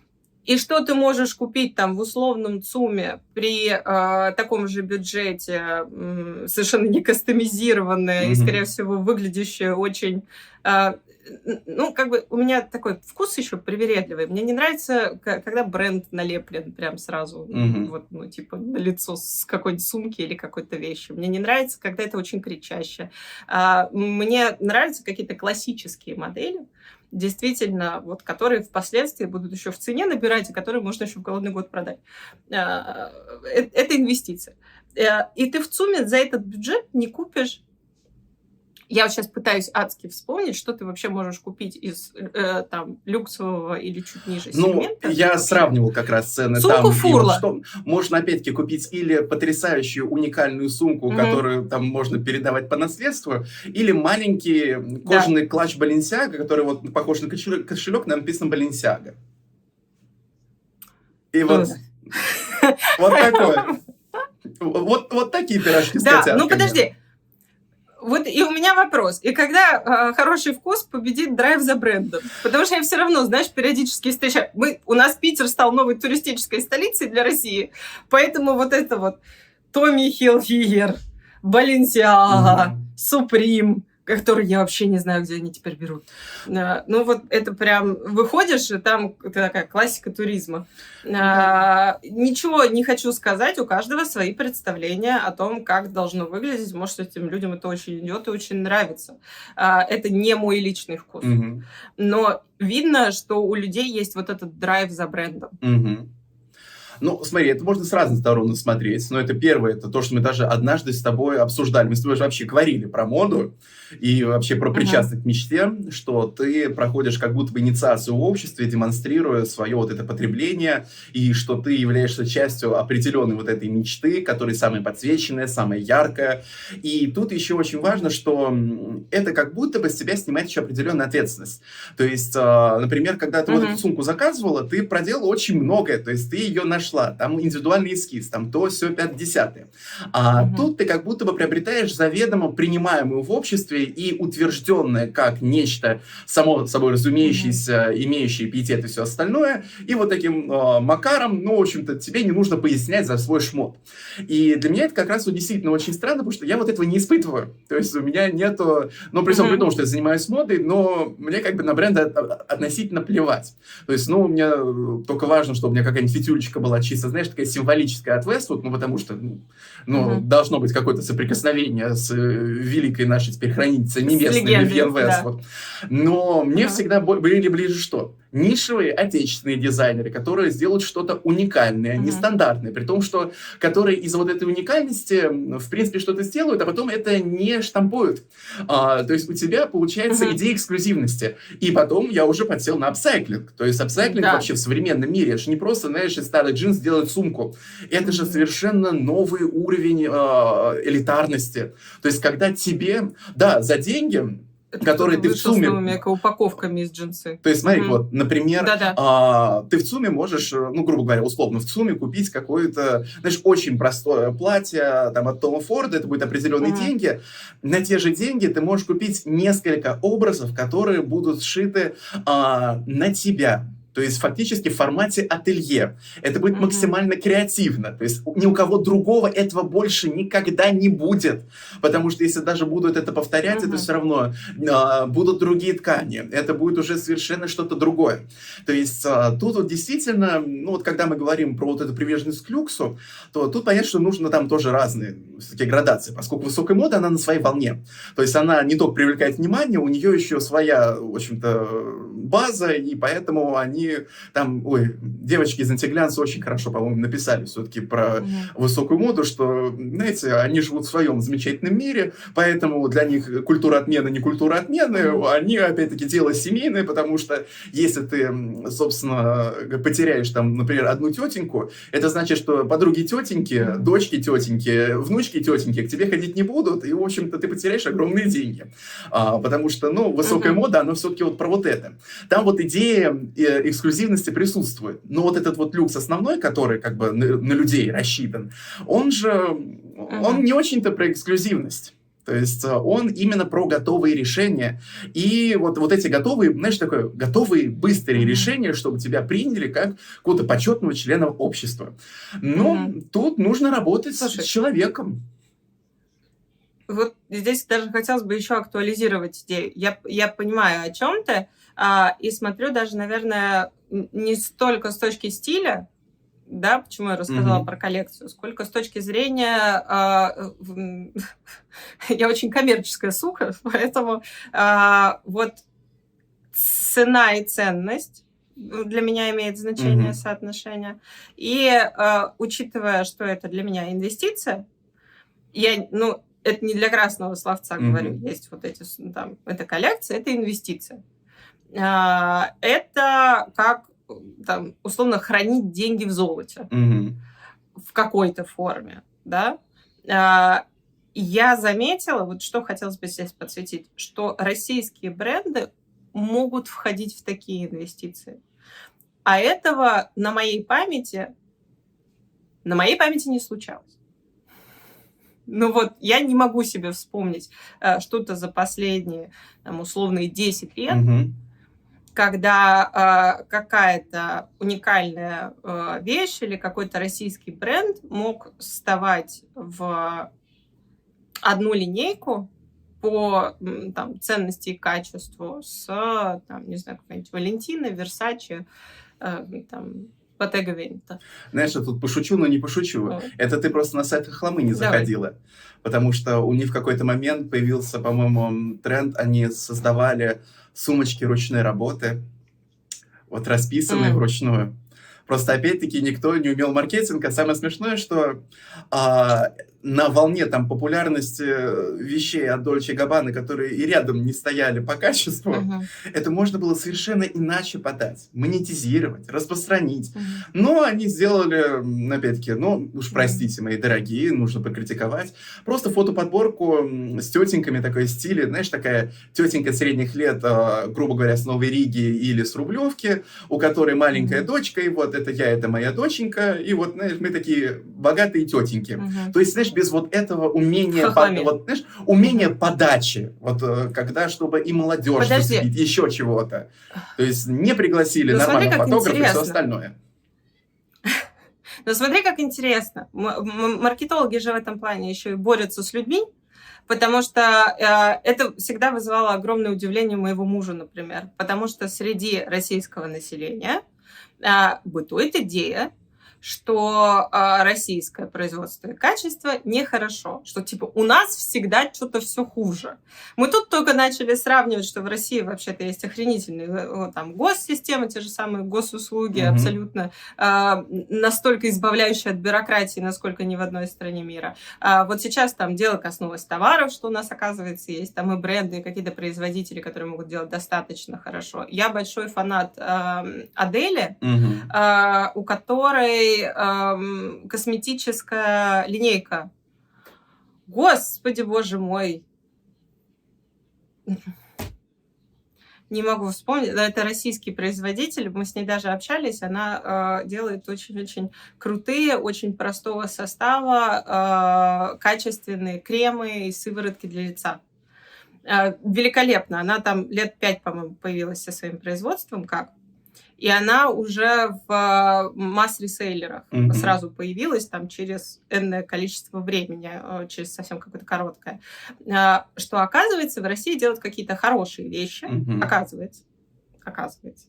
И что ты можешь купить там в условном ЦУМе при э, таком же бюджете, м, совершенно не кастомизированное и, скорее Мгм. всего, выглядящее очень... э, н- ну, как бы у меня такой вкус еще привередливый. Мне не нравится, к- когда бренд налеплен прям сразу, м, Мгм. вот, ну, типа, на лицо с какой-нибудь сумки или какой-то вещи. Мне не нравится, когда это очень кричаще. А, мне нравятся какие-то классические модели, действительно, вот, которые впоследствии будут еще в цене набирать, и которые можно еще в голодный год продать. А, э, Это инвестиция. Э, И ты в ЦУМе за этот бюджет не купишь. Я вот сейчас пытаюсь адски вспомнить, что ты вообще можешь купить из э, там люксового или чуть ниже Ну, сегмента я вообще. сравнивал как раз цены Сумку там и вот Фурла. что. Можно опять-таки купить или потрясающую уникальную сумку, Мгм. которую там можно передавать по наследству, или маленький м, Да. кожаный клатч Balenciaga, который вот похож на кошелек, кошелек, на написано Balenciaga. И вот, М. вот такое. Вот, вот такие пирожки с Да, ну котятками. подожди. Вот и у меня вопрос. И когда э, хороший вкус победит драйв за брендом? Потому что я все равно, знаешь, периодически встречаю... Мы, у нас Питер стал новой туристической столицей для России, поэтому вот это вот Томми Хилфигер, Баленсиага, Мгм. Суприм, который я вообще не знаю, где они теперь берут. Э, Ну вот это прям выходишь, и там такая классика туризма. А, Ничего не хочу сказать, у каждого свои представления о том, как должно выглядеть. Может, этим людям это очень идет и очень нравится. А, Это не мой личный вкус. Мгм. Но видно, что у людей есть вот этот драйв за брендом. Мгм. Ну, смотри, это можно с разных сторон смотреть. Но это первое, это то, что мы даже однажды с тобой обсуждали. Мы с тобой же вообще говорили про моду и вообще про Мгм. причастность к мечте, что ты проходишь как будто бы инициацию в обществе, демонстрируя свое вот это потребление, и что ты являешься частью определенной вот этой мечты, которая самая подсвеченная, самая яркая. И тут еще очень важно, что м, это как будто бы с тебя снимает еще определенную ответственность. То есть, а, например, когда ты вот эту Мгм. сумку заказывала, ты проделала очень многое, то есть ты ее нашла, там индивидуальный эскиз, там то, все, пятое, десятое. А Мгм. тут ты как будто бы приобретаешь заведомо принимаемую в обществе и утвержденное как нечто само собой Мгм. разумеющееся, имеющее пиетет и все остальное, и вот таким э, макаром, ну, в общем-то, тебе не нужно пояснять за свой шмот. И для меня это как раз вот действительно очень странно, потому что я вот этого не испытываю. То есть у меня нету, ну, при всем при Мгм. том, что я занимаюсь модой, но мне как бы на бренды от- от- относительно плевать. То есть, ну, у меня э, только важно, чтобы у меня какая-нибудь фитюлечка была чисто, знаешь, такая символическая от Westwood, ну, потому что, ну, ну, Мгм. должно быть какое-то соприкосновение с э, великой нашей теперь хранительницей С небесной легендой, Вивьен да. Westwood. Но мне Ага. всегда бо- были ближе что? Нишевые отечественные дизайнеры, которые сделают что-то уникальное, Мгм. нестандартное, при том, что которые из-за вот этой уникальности, м, в принципе, что-то сделают, а потом это не штампуют. А, то есть у тебя получается Мгм. идея эксклюзивности. И потом я уже подсел на апсайклинг. То есть апсайклинг Да. вообще в современном мире, это же не просто, знаешь, из старых джинс сделать сумку. Это же Мгм. совершенно новый уровень а, элитарности. То есть когда тебе, да, за деньги, Это которые кто-то ты в вышел с СУМе... новыми эко-упаковками из джинсы. То есть, смотри, Мгм. вот, например, Да-да. а, ты в ЦУМе можешь, э, ну, грубо говоря, условно, в ЦУМе купить какое-то, знаешь, очень простое платье там, от Тома Форда, это будут определенные Мгм. деньги. На те же деньги ты можешь купить несколько образов, которые будут сшиты а, на тебя. То есть фактически в формате ателье. Это будет Мгм. максимально креативно. То есть ни у кого другого этого больше никогда не будет. Потому что если даже будут это повторять, это Мгм. все равно а, будут другие ткани. Это будет уже совершенно что-то другое. То есть а, тут вот действительно, ну вот когда мы говорим про вот эту приверженность к люксу, то тут понятно, что нужно там тоже разные такие градации, поскольку высокая мода, она на своей волне. То есть она не только привлекает внимание, у нее еще своя, в общем-то, база, и поэтому они там, ой, девочки из Антиглянца очень хорошо, по-моему, написали все-таки про Мгм. высокую моду, что, знаете, они живут в своем замечательном мире, поэтому для них культура отмены не культура отмены, Мгм. они, опять-таки, дело семейное, потому что если ты, м, собственно, потеряешь там, например, одну тетеньку, это значит, что подруги тетеньки, Мгм. дочки тетеньки, внучки тетеньки к тебе ходить не будут, и, в общем-то, ты потеряешь огромные деньги. А, потому что, ну, высокая Мгм. мода, она все-таки вот про вот это. Там вот идея э, эксклюзивности присутствует. Но вот этот вот люкс основной, который как бы на, на людей рассчитан, он же, он Мгм. не очень-то про эксклюзивность. То есть он именно про готовые решения. И вот, вот эти готовые, знаешь, такое, готовые быстрые mm-hmm. решения, чтобы тебя приняли как какого-то почетного члена общества. Но mm-hmm. тут нужно работать Слушай, с человеком. Вот здесь даже хотелось бы еще актуализировать идею. Я, я понимаю, о чем ты, а, и смотрю даже, наверное, не столько с точки стиля, да, почему я рассказала mm-hmm. про коллекцию, сколько с точки зрения... Э, я очень коммерческая сука, поэтому э, вот цена и ценность для меня имеет значение, mm-hmm. соотношение. И э, учитывая, что это для меня инвестиция, я, ну, это не для красного словца mm-hmm. говорю, есть вот эти, там, это коллекция, это инвестиция. Э, это как... там, условно, хранить деньги в золоте mm-hmm. в какой-то форме, да. А, я заметила, вот что хотелось бы здесь подсветить, что российские бренды могут входить в такие инвестиции. А этого на моей памяти, на моей памяти не случалось. Ну вот, я не могу себе вспомнить а, что-то за последние, там, условные десять лет, mm-hmm. когда э, какая-то уникальная э, вещь или какой-то российский бренд мог вставать в одну линейку по там, ценности и качеству с, там, не знаю, какой-нибудь Валентино, Версаче, э, там, Bottega Veneta. Знаешь, я тут пошучу, но не пошучу. Вот. Это ты просто на сайтах хламы не заходила. Давай. Потому что у них в какой-то момент появился, по-моему, тренд, они создавали сумочки ручной работы, вот расписанные mm. вручную. Просто, опять-таки, никто не умел маркетинг. А самое смешное, что а, на волне там популярности вещей от Dolce Gabbana, которые и рядом не стояли по качеству, uh-huh. это можно было совершенно иначе подать, монетизировать, распространить. Uh-huh. Но они сделали, опять-таки, ну, уж простите, мои дорогие, нужно покритиковать, просто фотоподборку с тетеньками такой стиле, знаешь, такая тетенька средних лет, грубо говоря, с Новой Риги или с Рублевки, у которой маленькая uh-huh. дочка, и вот это я, это моя доченька, и вот, знаешь, мы такие богатые тетеньки. Uh-huh. То есть, знаешь, без вот этого умения, под, вот, знаешь, умения подачи, вот когда, чтобы и молодежь зацепить, еще чего-то. То есть не пригласили нормального фотографа и все остальное. Но смотри, как интересно. Маркетологи же в этом плане еще и борются с людьми, потому что э, это всегда вызывало огромное удивление моего мужа, например, потому что среди российского населения э, бытует идея, что э, российское производство и качество нехорошо, что типа у нас всегда что-то все хуже. Мы тут только начали сравнивать, что в России вообще-то есть охренительные э, там госсистемы, те же самые госуслуги, mm-hmm. абсолютно э, настолько избавляющие от бюрократии, насколько ни в одной стране мира. А вот сейчас там дело коснулось товаров, что у нас, оказывается, есть там и бренды, и какие-то производители, которые могут делать достаточно хорошо. Я большой фанат э, Адели, mm-hmm. э, у которой Эм, косметическая линейка. Господи, боже мой. Не могу вспомнить. Это российский производитель. Мы с ней даже общались. Она э, делает очень-очень крутые, очень простого состава, э, качественные кремы и сыворотки для лица. Э, великолепно. Она там лет пять, по-моему, появилась со своим производством. Как? И она уже в масс-ресейлерах mm-hmm. сразу появилась, там, через энное количество времени, через совсем какое-то короткое. Что, оказывается, в России делают какие-то хорошие вещи. Mm-hmm. Оказывается. Оказывается.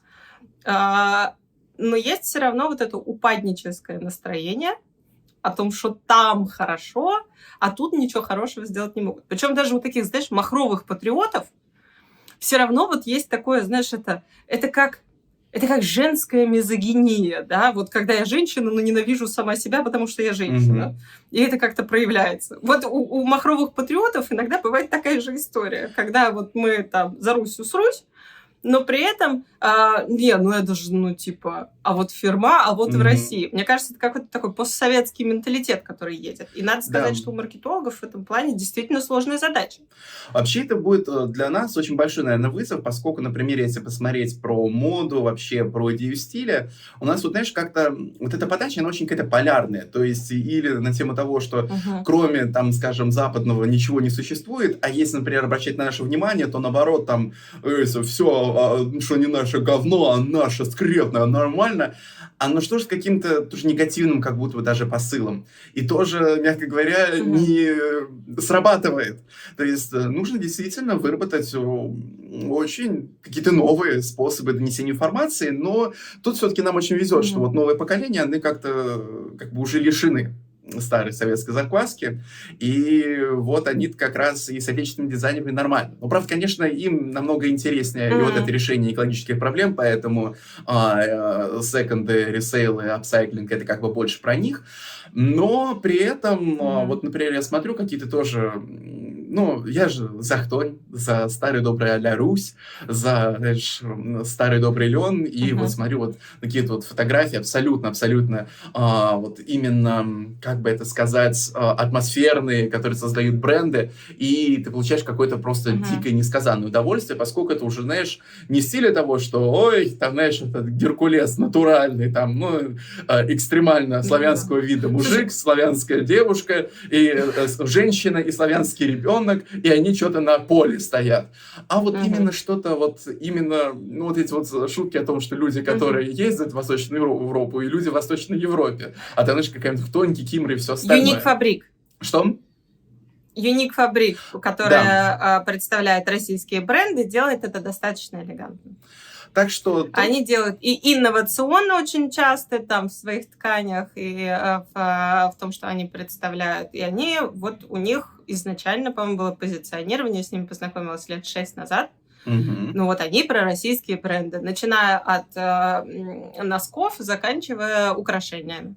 Но есть все равно вот это упадническое настроение о том, что там хорошо, а тут ничего хорошего сделать не могут. Причем даже у таких, знаешь, махровых патриотов все равно вот есть такое, знаешь, это, это как... Это как женская мизогиния, да, вот когда я женщина, но ненавижу сама себя, потому что я женщина, mm-hmm. и это как-то проявляется. Вот у, у махровых патриотов иногда бывает такая же история, когда вот мы там за Русью срусь, но при этом, а, не, ну это же, ну типа, а вот фирма, а вот mm-hmm. в России. Мне кажется, это какой-то такой постсоветский менталитет, который едет. И надо сказать, да. что у маркетологов в этом плане действительно сложная задача. Вообще это будет для нас очень большой, наверное, вызов, поскольку, например, если посмотреть про моду, вообще про идею стиля, у нас вот, знаешь, как-то вот эта подача, она очень какая-то полярная. То есть или на тему того, что uh-huh. кроме, там, скажем, западного ничего не существует, а если, например, обращать на наше внимание, то наоборот, там, э, все, а, что не наше говно, а наше скрепное, нормально, оно что же с каким-то тоже негативным как будто бы даже посылом. И тоже, мягко говоря, uh-huh. не срабатывает. То есть нужно действительно выработать очень какие-то новые способы донесения информации, но тут все-таки нам очень везет, uh-huh. что вот новое поколение, они как-то как бы уже лишены старой советской закваски, и вот они как раз и с отечественными дизайнерами нормально. Но, правда, конечно, им намного интереснее mm-hmm. и вот это решение экологических проблем, поэтому а, секонды, ресейлы, апсайклинг — это как бы больше про них. Но при этом, mm-hmm. вот, например, я смотрю какие-то тоже, ну, я же за Хтонь, за старый добрый а-ля Русь, за, знаешь, старый добрый Лен, и mm-hmm. вот смотрю вот какие-то вот фотографии абсолютно-абсолютно а, вот именно, как бы это сказать, атмосферные, которые создают бренды, и ты получаешь какое-то просто uh-huh. дикое несказанное удовольствие, поскольку это уже, знаешь, не в стиле того, что, ой, там, знаешь, это Геркулес натуральный, там, ну, экстремально славянского uh-huh. вида мужик, славянская девушка, и э, женщина, и славянский ребенок, и они что-то на поле стоят. А вот uh-huh. именно что-то, вот именно, ну, вот эти вот шутки о том, что люди, которые uh-huh. ездят в Восточную Европу, и люди в Восточной Европе, а там, знаешь, какая-нибудь Хтоньки, Кимры и все остальное. Юник Фабрик. Что? Юник Фабрик, которая да. представляет российские бренды, делает это достаточно элегантно. Так что... Они делают и инновационно очень часто там в своих тканях, и в, в том, что они представляют. И они, вот у них изначально, по-моему, было позиционирование, я с ними познакомилась лет шесть назад. Uh-huh. Ну вот они про российские бренды, начиная от э, носков, заканчивая украшениями.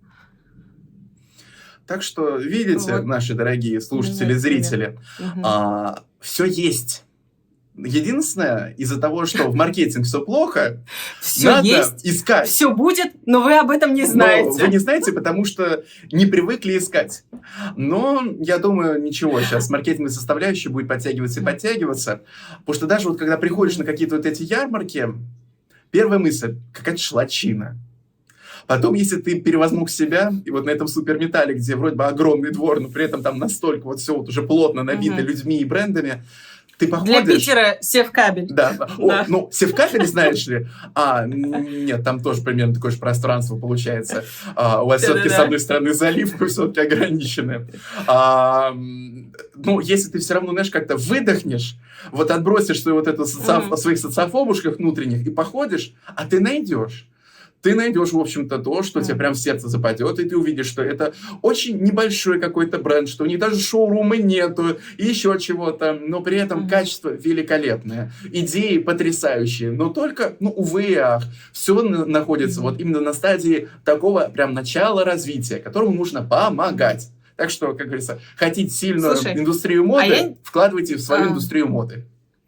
Так что, видите, вот. Наши дорогие слушатели, зрители, uh-huh. а, все есть. Единственное, из-за того, что в маркетинге все плохо, надо есть, искать. Все будет, но вы об этом не знаете. Но вы не знаете, потому что не привыкли искать. Но я думаю, ничего, сейчас маркетинговая составляющая будет подтягиваться и подтягиваться. Потому что даже вот когда приходишь на какие-то вот эти ярмарки, первая мысль — какая-то шлачина. Потом, если ты превозмог себя, и вот на этом суперметалле, где вроде бы огромный двор, но при этом там настолько вот все вот уже плотно набито uh-huh. людьми и брендами, ты походишь... Для Питера Севкабель. Да. О, ну, Севкабель, знаешь ли? А, нет, там тоже примерно такое же пространство получается. А, у вас все-таки с одной стороны залив, вы все-таки ограничены. А, ну, если ты все равно, знаешь, как-то выдохнешь, вот отбросишь свою вот эту социоф... mm-hmm. своих социофобушках внутренних и походишь, а ты найдешь. Ты найдешь, в общем-то, то, что mm. тебе прям в сердце западет, и ты увидишь, что это очень небольшой какой-то бренд, что у них даже шоурума нету, и еще чего-то, но при этом mm. качество великолепное, идеи потрясающие, но только, ну, увы и ах, все находится mm. вот именно на стадии такого прям начала развития, которому нужно помогать. Так что, как говорится, хотите сильную Слушай, индустрию моды, а я... вкладывайте в свою а... индустрию моды.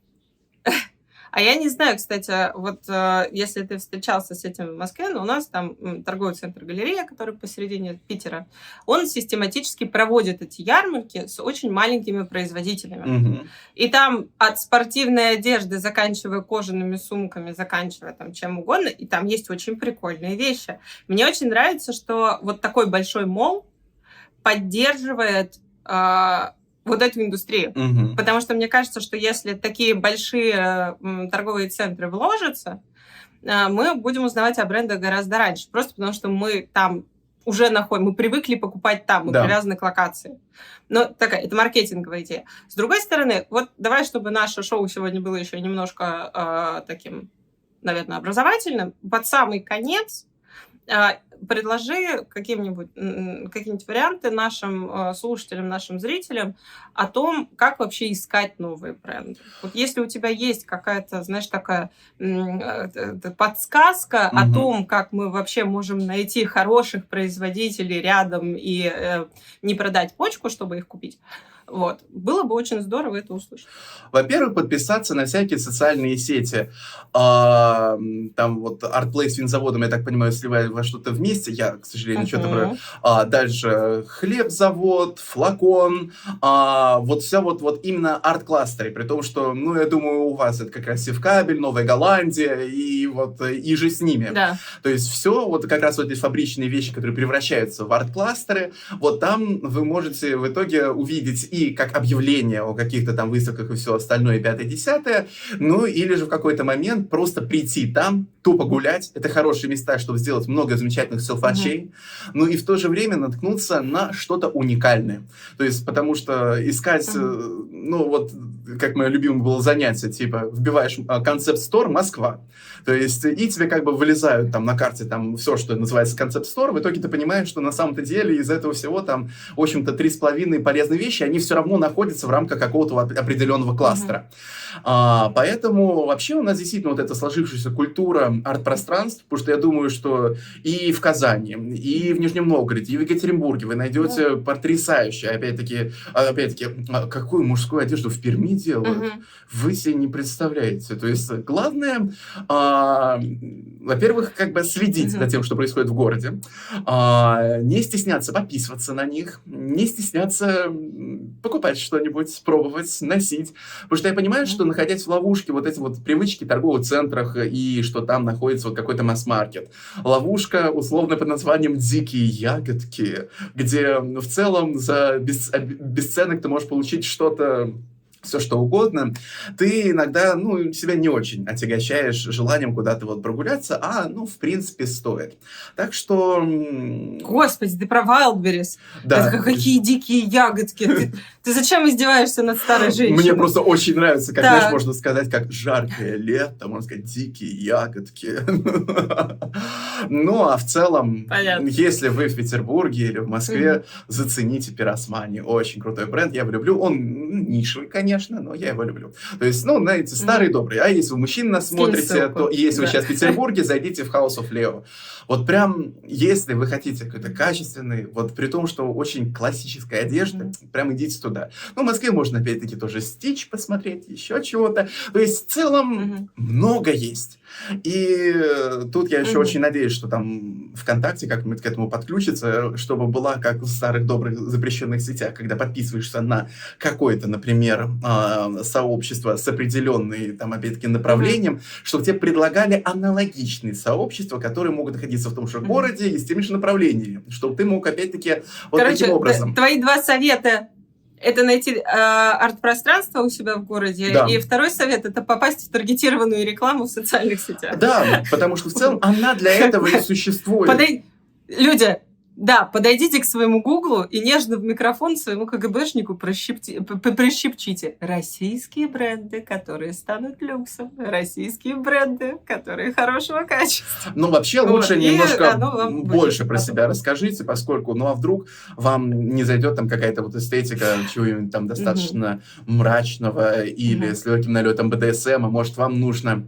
А я не знаю, кстати, вот э, если ты встречался с этим в Москве, но у нас там м, торговый центр «Галерея», который посередине Питера, он систематически проводит эти ярмарки с очень маленькими производителями. Mm-hmm. И там от спортивной одежды, заканчивая кожаными сумками, заканчивая там чем угодно, и там есть очень прикольные вещи. Мне очень нравится, что вот такой большой молл поддерживает... Э, вот эту индустрию. Uh-huh. Потому что мне кажется, что если такие большие м, торговые центры вложатся, э, мы будем узнавать о брендах гораздо раньше. Просто потому что мы там уже находим, мы привыкли покупать там, мы да. привязаны к локации. Но такая, это маркетинговая идея. С другой стороны, вот давай, чтобы наше шоу сегодня было еще немножко э, таким, наверное, образовательным, под самый конец э, предложи каким-нибудь, м, какие-нибудь варианты нашим э, слушателям, нашим зрителям о том, как вообще искать новые бренды. Вот если у тебя есть какая-то, знаешь, такая м, э, т- т- подсказка о Мгм. том, как мы вообще можем найти хороших производителей рядом и э, не продать почку, чтобы их купить, вот, было бы очень здорово это услышать. Во-первых, подписаться на всякие социальные сети. А, м, там вот ArtPlay с винзаводом, я так понимаю, сливают во что-то вместе. Я, к сожалению, что-то про... Мгм. А, дальше хлебзавод, флакон. А, вот все вот, вот именно арт-кластеры. При том, что, ну, я думаю, у вас это как раз Севкабель, Новая Голландия и вот э, и же с ними. Да. То есть все, вот как раз вот эти фабричные вещи, которые превращаются в арт-кластеры, вот там вы можете в итоге увидеть и как объявление о каких-то там выставках и все остальное, пятое-десятое, ну или же в какой-то момент просто прийти там, тупо гулять. Это хорошие места, чтобы сделать много замечательных селфачей, ну и в то же время наткнуться на что-то уникальное. То есть, потому что искать, э, Мгм. ну вот, как мое любимое было занятие, типа, вбиваешь концепт-стор Москва, то есть, и тебе как бы вылезают там на карте там все, что называется концепт-стор, в итоге ты понимаешь, что на самом-то деле из этого всего там, в общем-то, три с половиной полезные вещи, они все равно находятся в рамках какого-то оп- определенного кластера. А, поэтому вообще у нас действительно вот эта сложившаяся культура арт-пространств, потому что я думаю, что и в Казани, и в Нижнем Новгороде, и в Екатеринбурге вы найдете потрясающие, опять-таки, а, опять-таки, а, какую мужскую одежду в Перми делают, Мгм. вы себе не представляете. То есть главное, а, во-первых, как бы следить за Мгм. тем, что происходит в городе, а, не стесняться подписываться на них, не стесняться м, покупать что-нибудь, пробовать, носить. Потому что я понимаю, что Мгм. находясь в ловушке вот эти вот привычки в торговых центрах и что там находится вот какой-то масс-маркет. Ловушка условно под названием «Дикие ягодки», где в целом за бес- бесценок ты можешь получить что-то, все что угодно, ты иногда, ну, себя не очень отягощаешь желанием куда-то вот прогуляться, а, ну, в принципе, стоит. Так что, м, Господи, ты про Wildberries. Это да, ка- какие дикие ягодки. Ты, ты зачем издеваешься над старой мне женщиной? просто очень нравится, как, знаешь, Так. можно сказать, как жаркое лето, можно сказать, дикие ягодки. Ну, а в целом, Понятно. если вы в Петербурге или в Мгм. Москве, зацените Пиросмани. Очень крутой бренд, я его люблю. Он м, нишевый, конечно, но я его люблю. То есть, ну, знаете, старый Мгм. добрый. А если вы мужчин нас Скинь смотрите, то ссылку. и если вы Да. сейчас в Петербурге, зайдите в House of Leo. Вот прям, если вы хотите какой-то качественный, вот при том, что очень классическая одежда, Мгм. прям идите туда. Ну, в Москве можно, опять-таки, тоже Стич посмотреть, еще чего-то. То есть, в целом, Мгм. много есть. И э, тут я еще Мгм. очень надеюсь, что там ВКонтакте как-нибудь к этому подключится, чтобы была, как в старых добрых запрещенных сетях, когда подписываешься на какое-то, например, а, сообщество с определенным, там, опять-таки, Мгм. направлением, чтобы тебе предлагали аналогичные сообщества, которые могут находиться в том же Мгм. городе и с теми же направлениями, чтобы ты мог, опять-таки, вот таким Короче, т- образом. твои два совета — это найти э, арт-пространство у себя в городе, Да. и второй совет — это попасть в таргетированную рекламу в социальных сетях. Да, потому что в целом она для этого и существует. Подой- Люди, да, подойдите к своему Гуглу и нежно в микрофон своему КГБшнику прощепти- п- п- прищепчите. Российские бренды, которые станут люксом. Российские бренды, которые хорошего качества. Ну, вообще, Вот, лучше и немножко оно вам будет больше про потом. себя расскажите, поскольку, ну, а вдруг вам не зайдет там какая-то вот эстетика чего-нибудь там достаточно мрачного или Мгм. с легким налетом бэ дэ эс эм, а может, вам нужно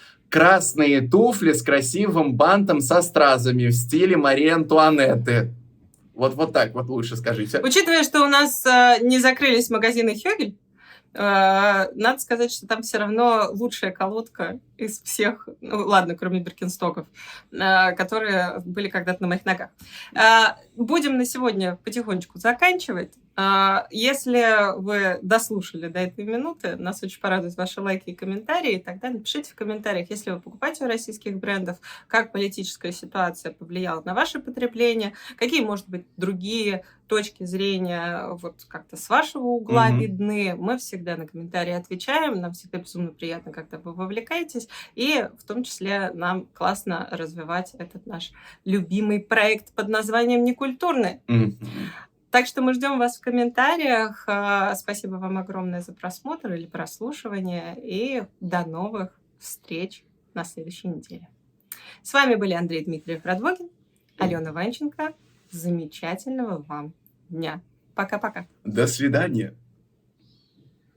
красные туфли с красивым бантом со стразами в стиле Марии Антуанетты. Вот, вот так вот лучше скажите. Учитывая, что у нас э, не закрылись магазины Хёгель, э, надо сказать, что там все равно лучшая колодка из всех, ну ладно, кроме Биркенстоков, э, которые были когда-то на моих ногах. Э, будем на сегодня потихонечку заканчивать. Э, если вы дослушали до этой минуты, нас очень порадуют ваши лайки и комментарии. Тогда напишите в комментариях, если вы покупаете у российских брендов, как политическая ситуация повлияла на ваше потребление, какие, может быть, другие точки зрения вот как-то с вашего угла Мгм. видны. Мы всегда на комментарии отвечаем. Нам всегда безумно приятно, когда вы вовлекаетесь. И в том числе нам классно развивать этот наш любимый проект под названием «Некультурный». Мгм. Так что мы ждем вас в комментариях. А, Спасибо вам огромное за просмотр или прослушивание. И до новых встреч на следующей неделе. С вами были Андрей Дмитриев Радвогин Алена Ванченко. Замечательного вам дня. Пока-пока. До свидания.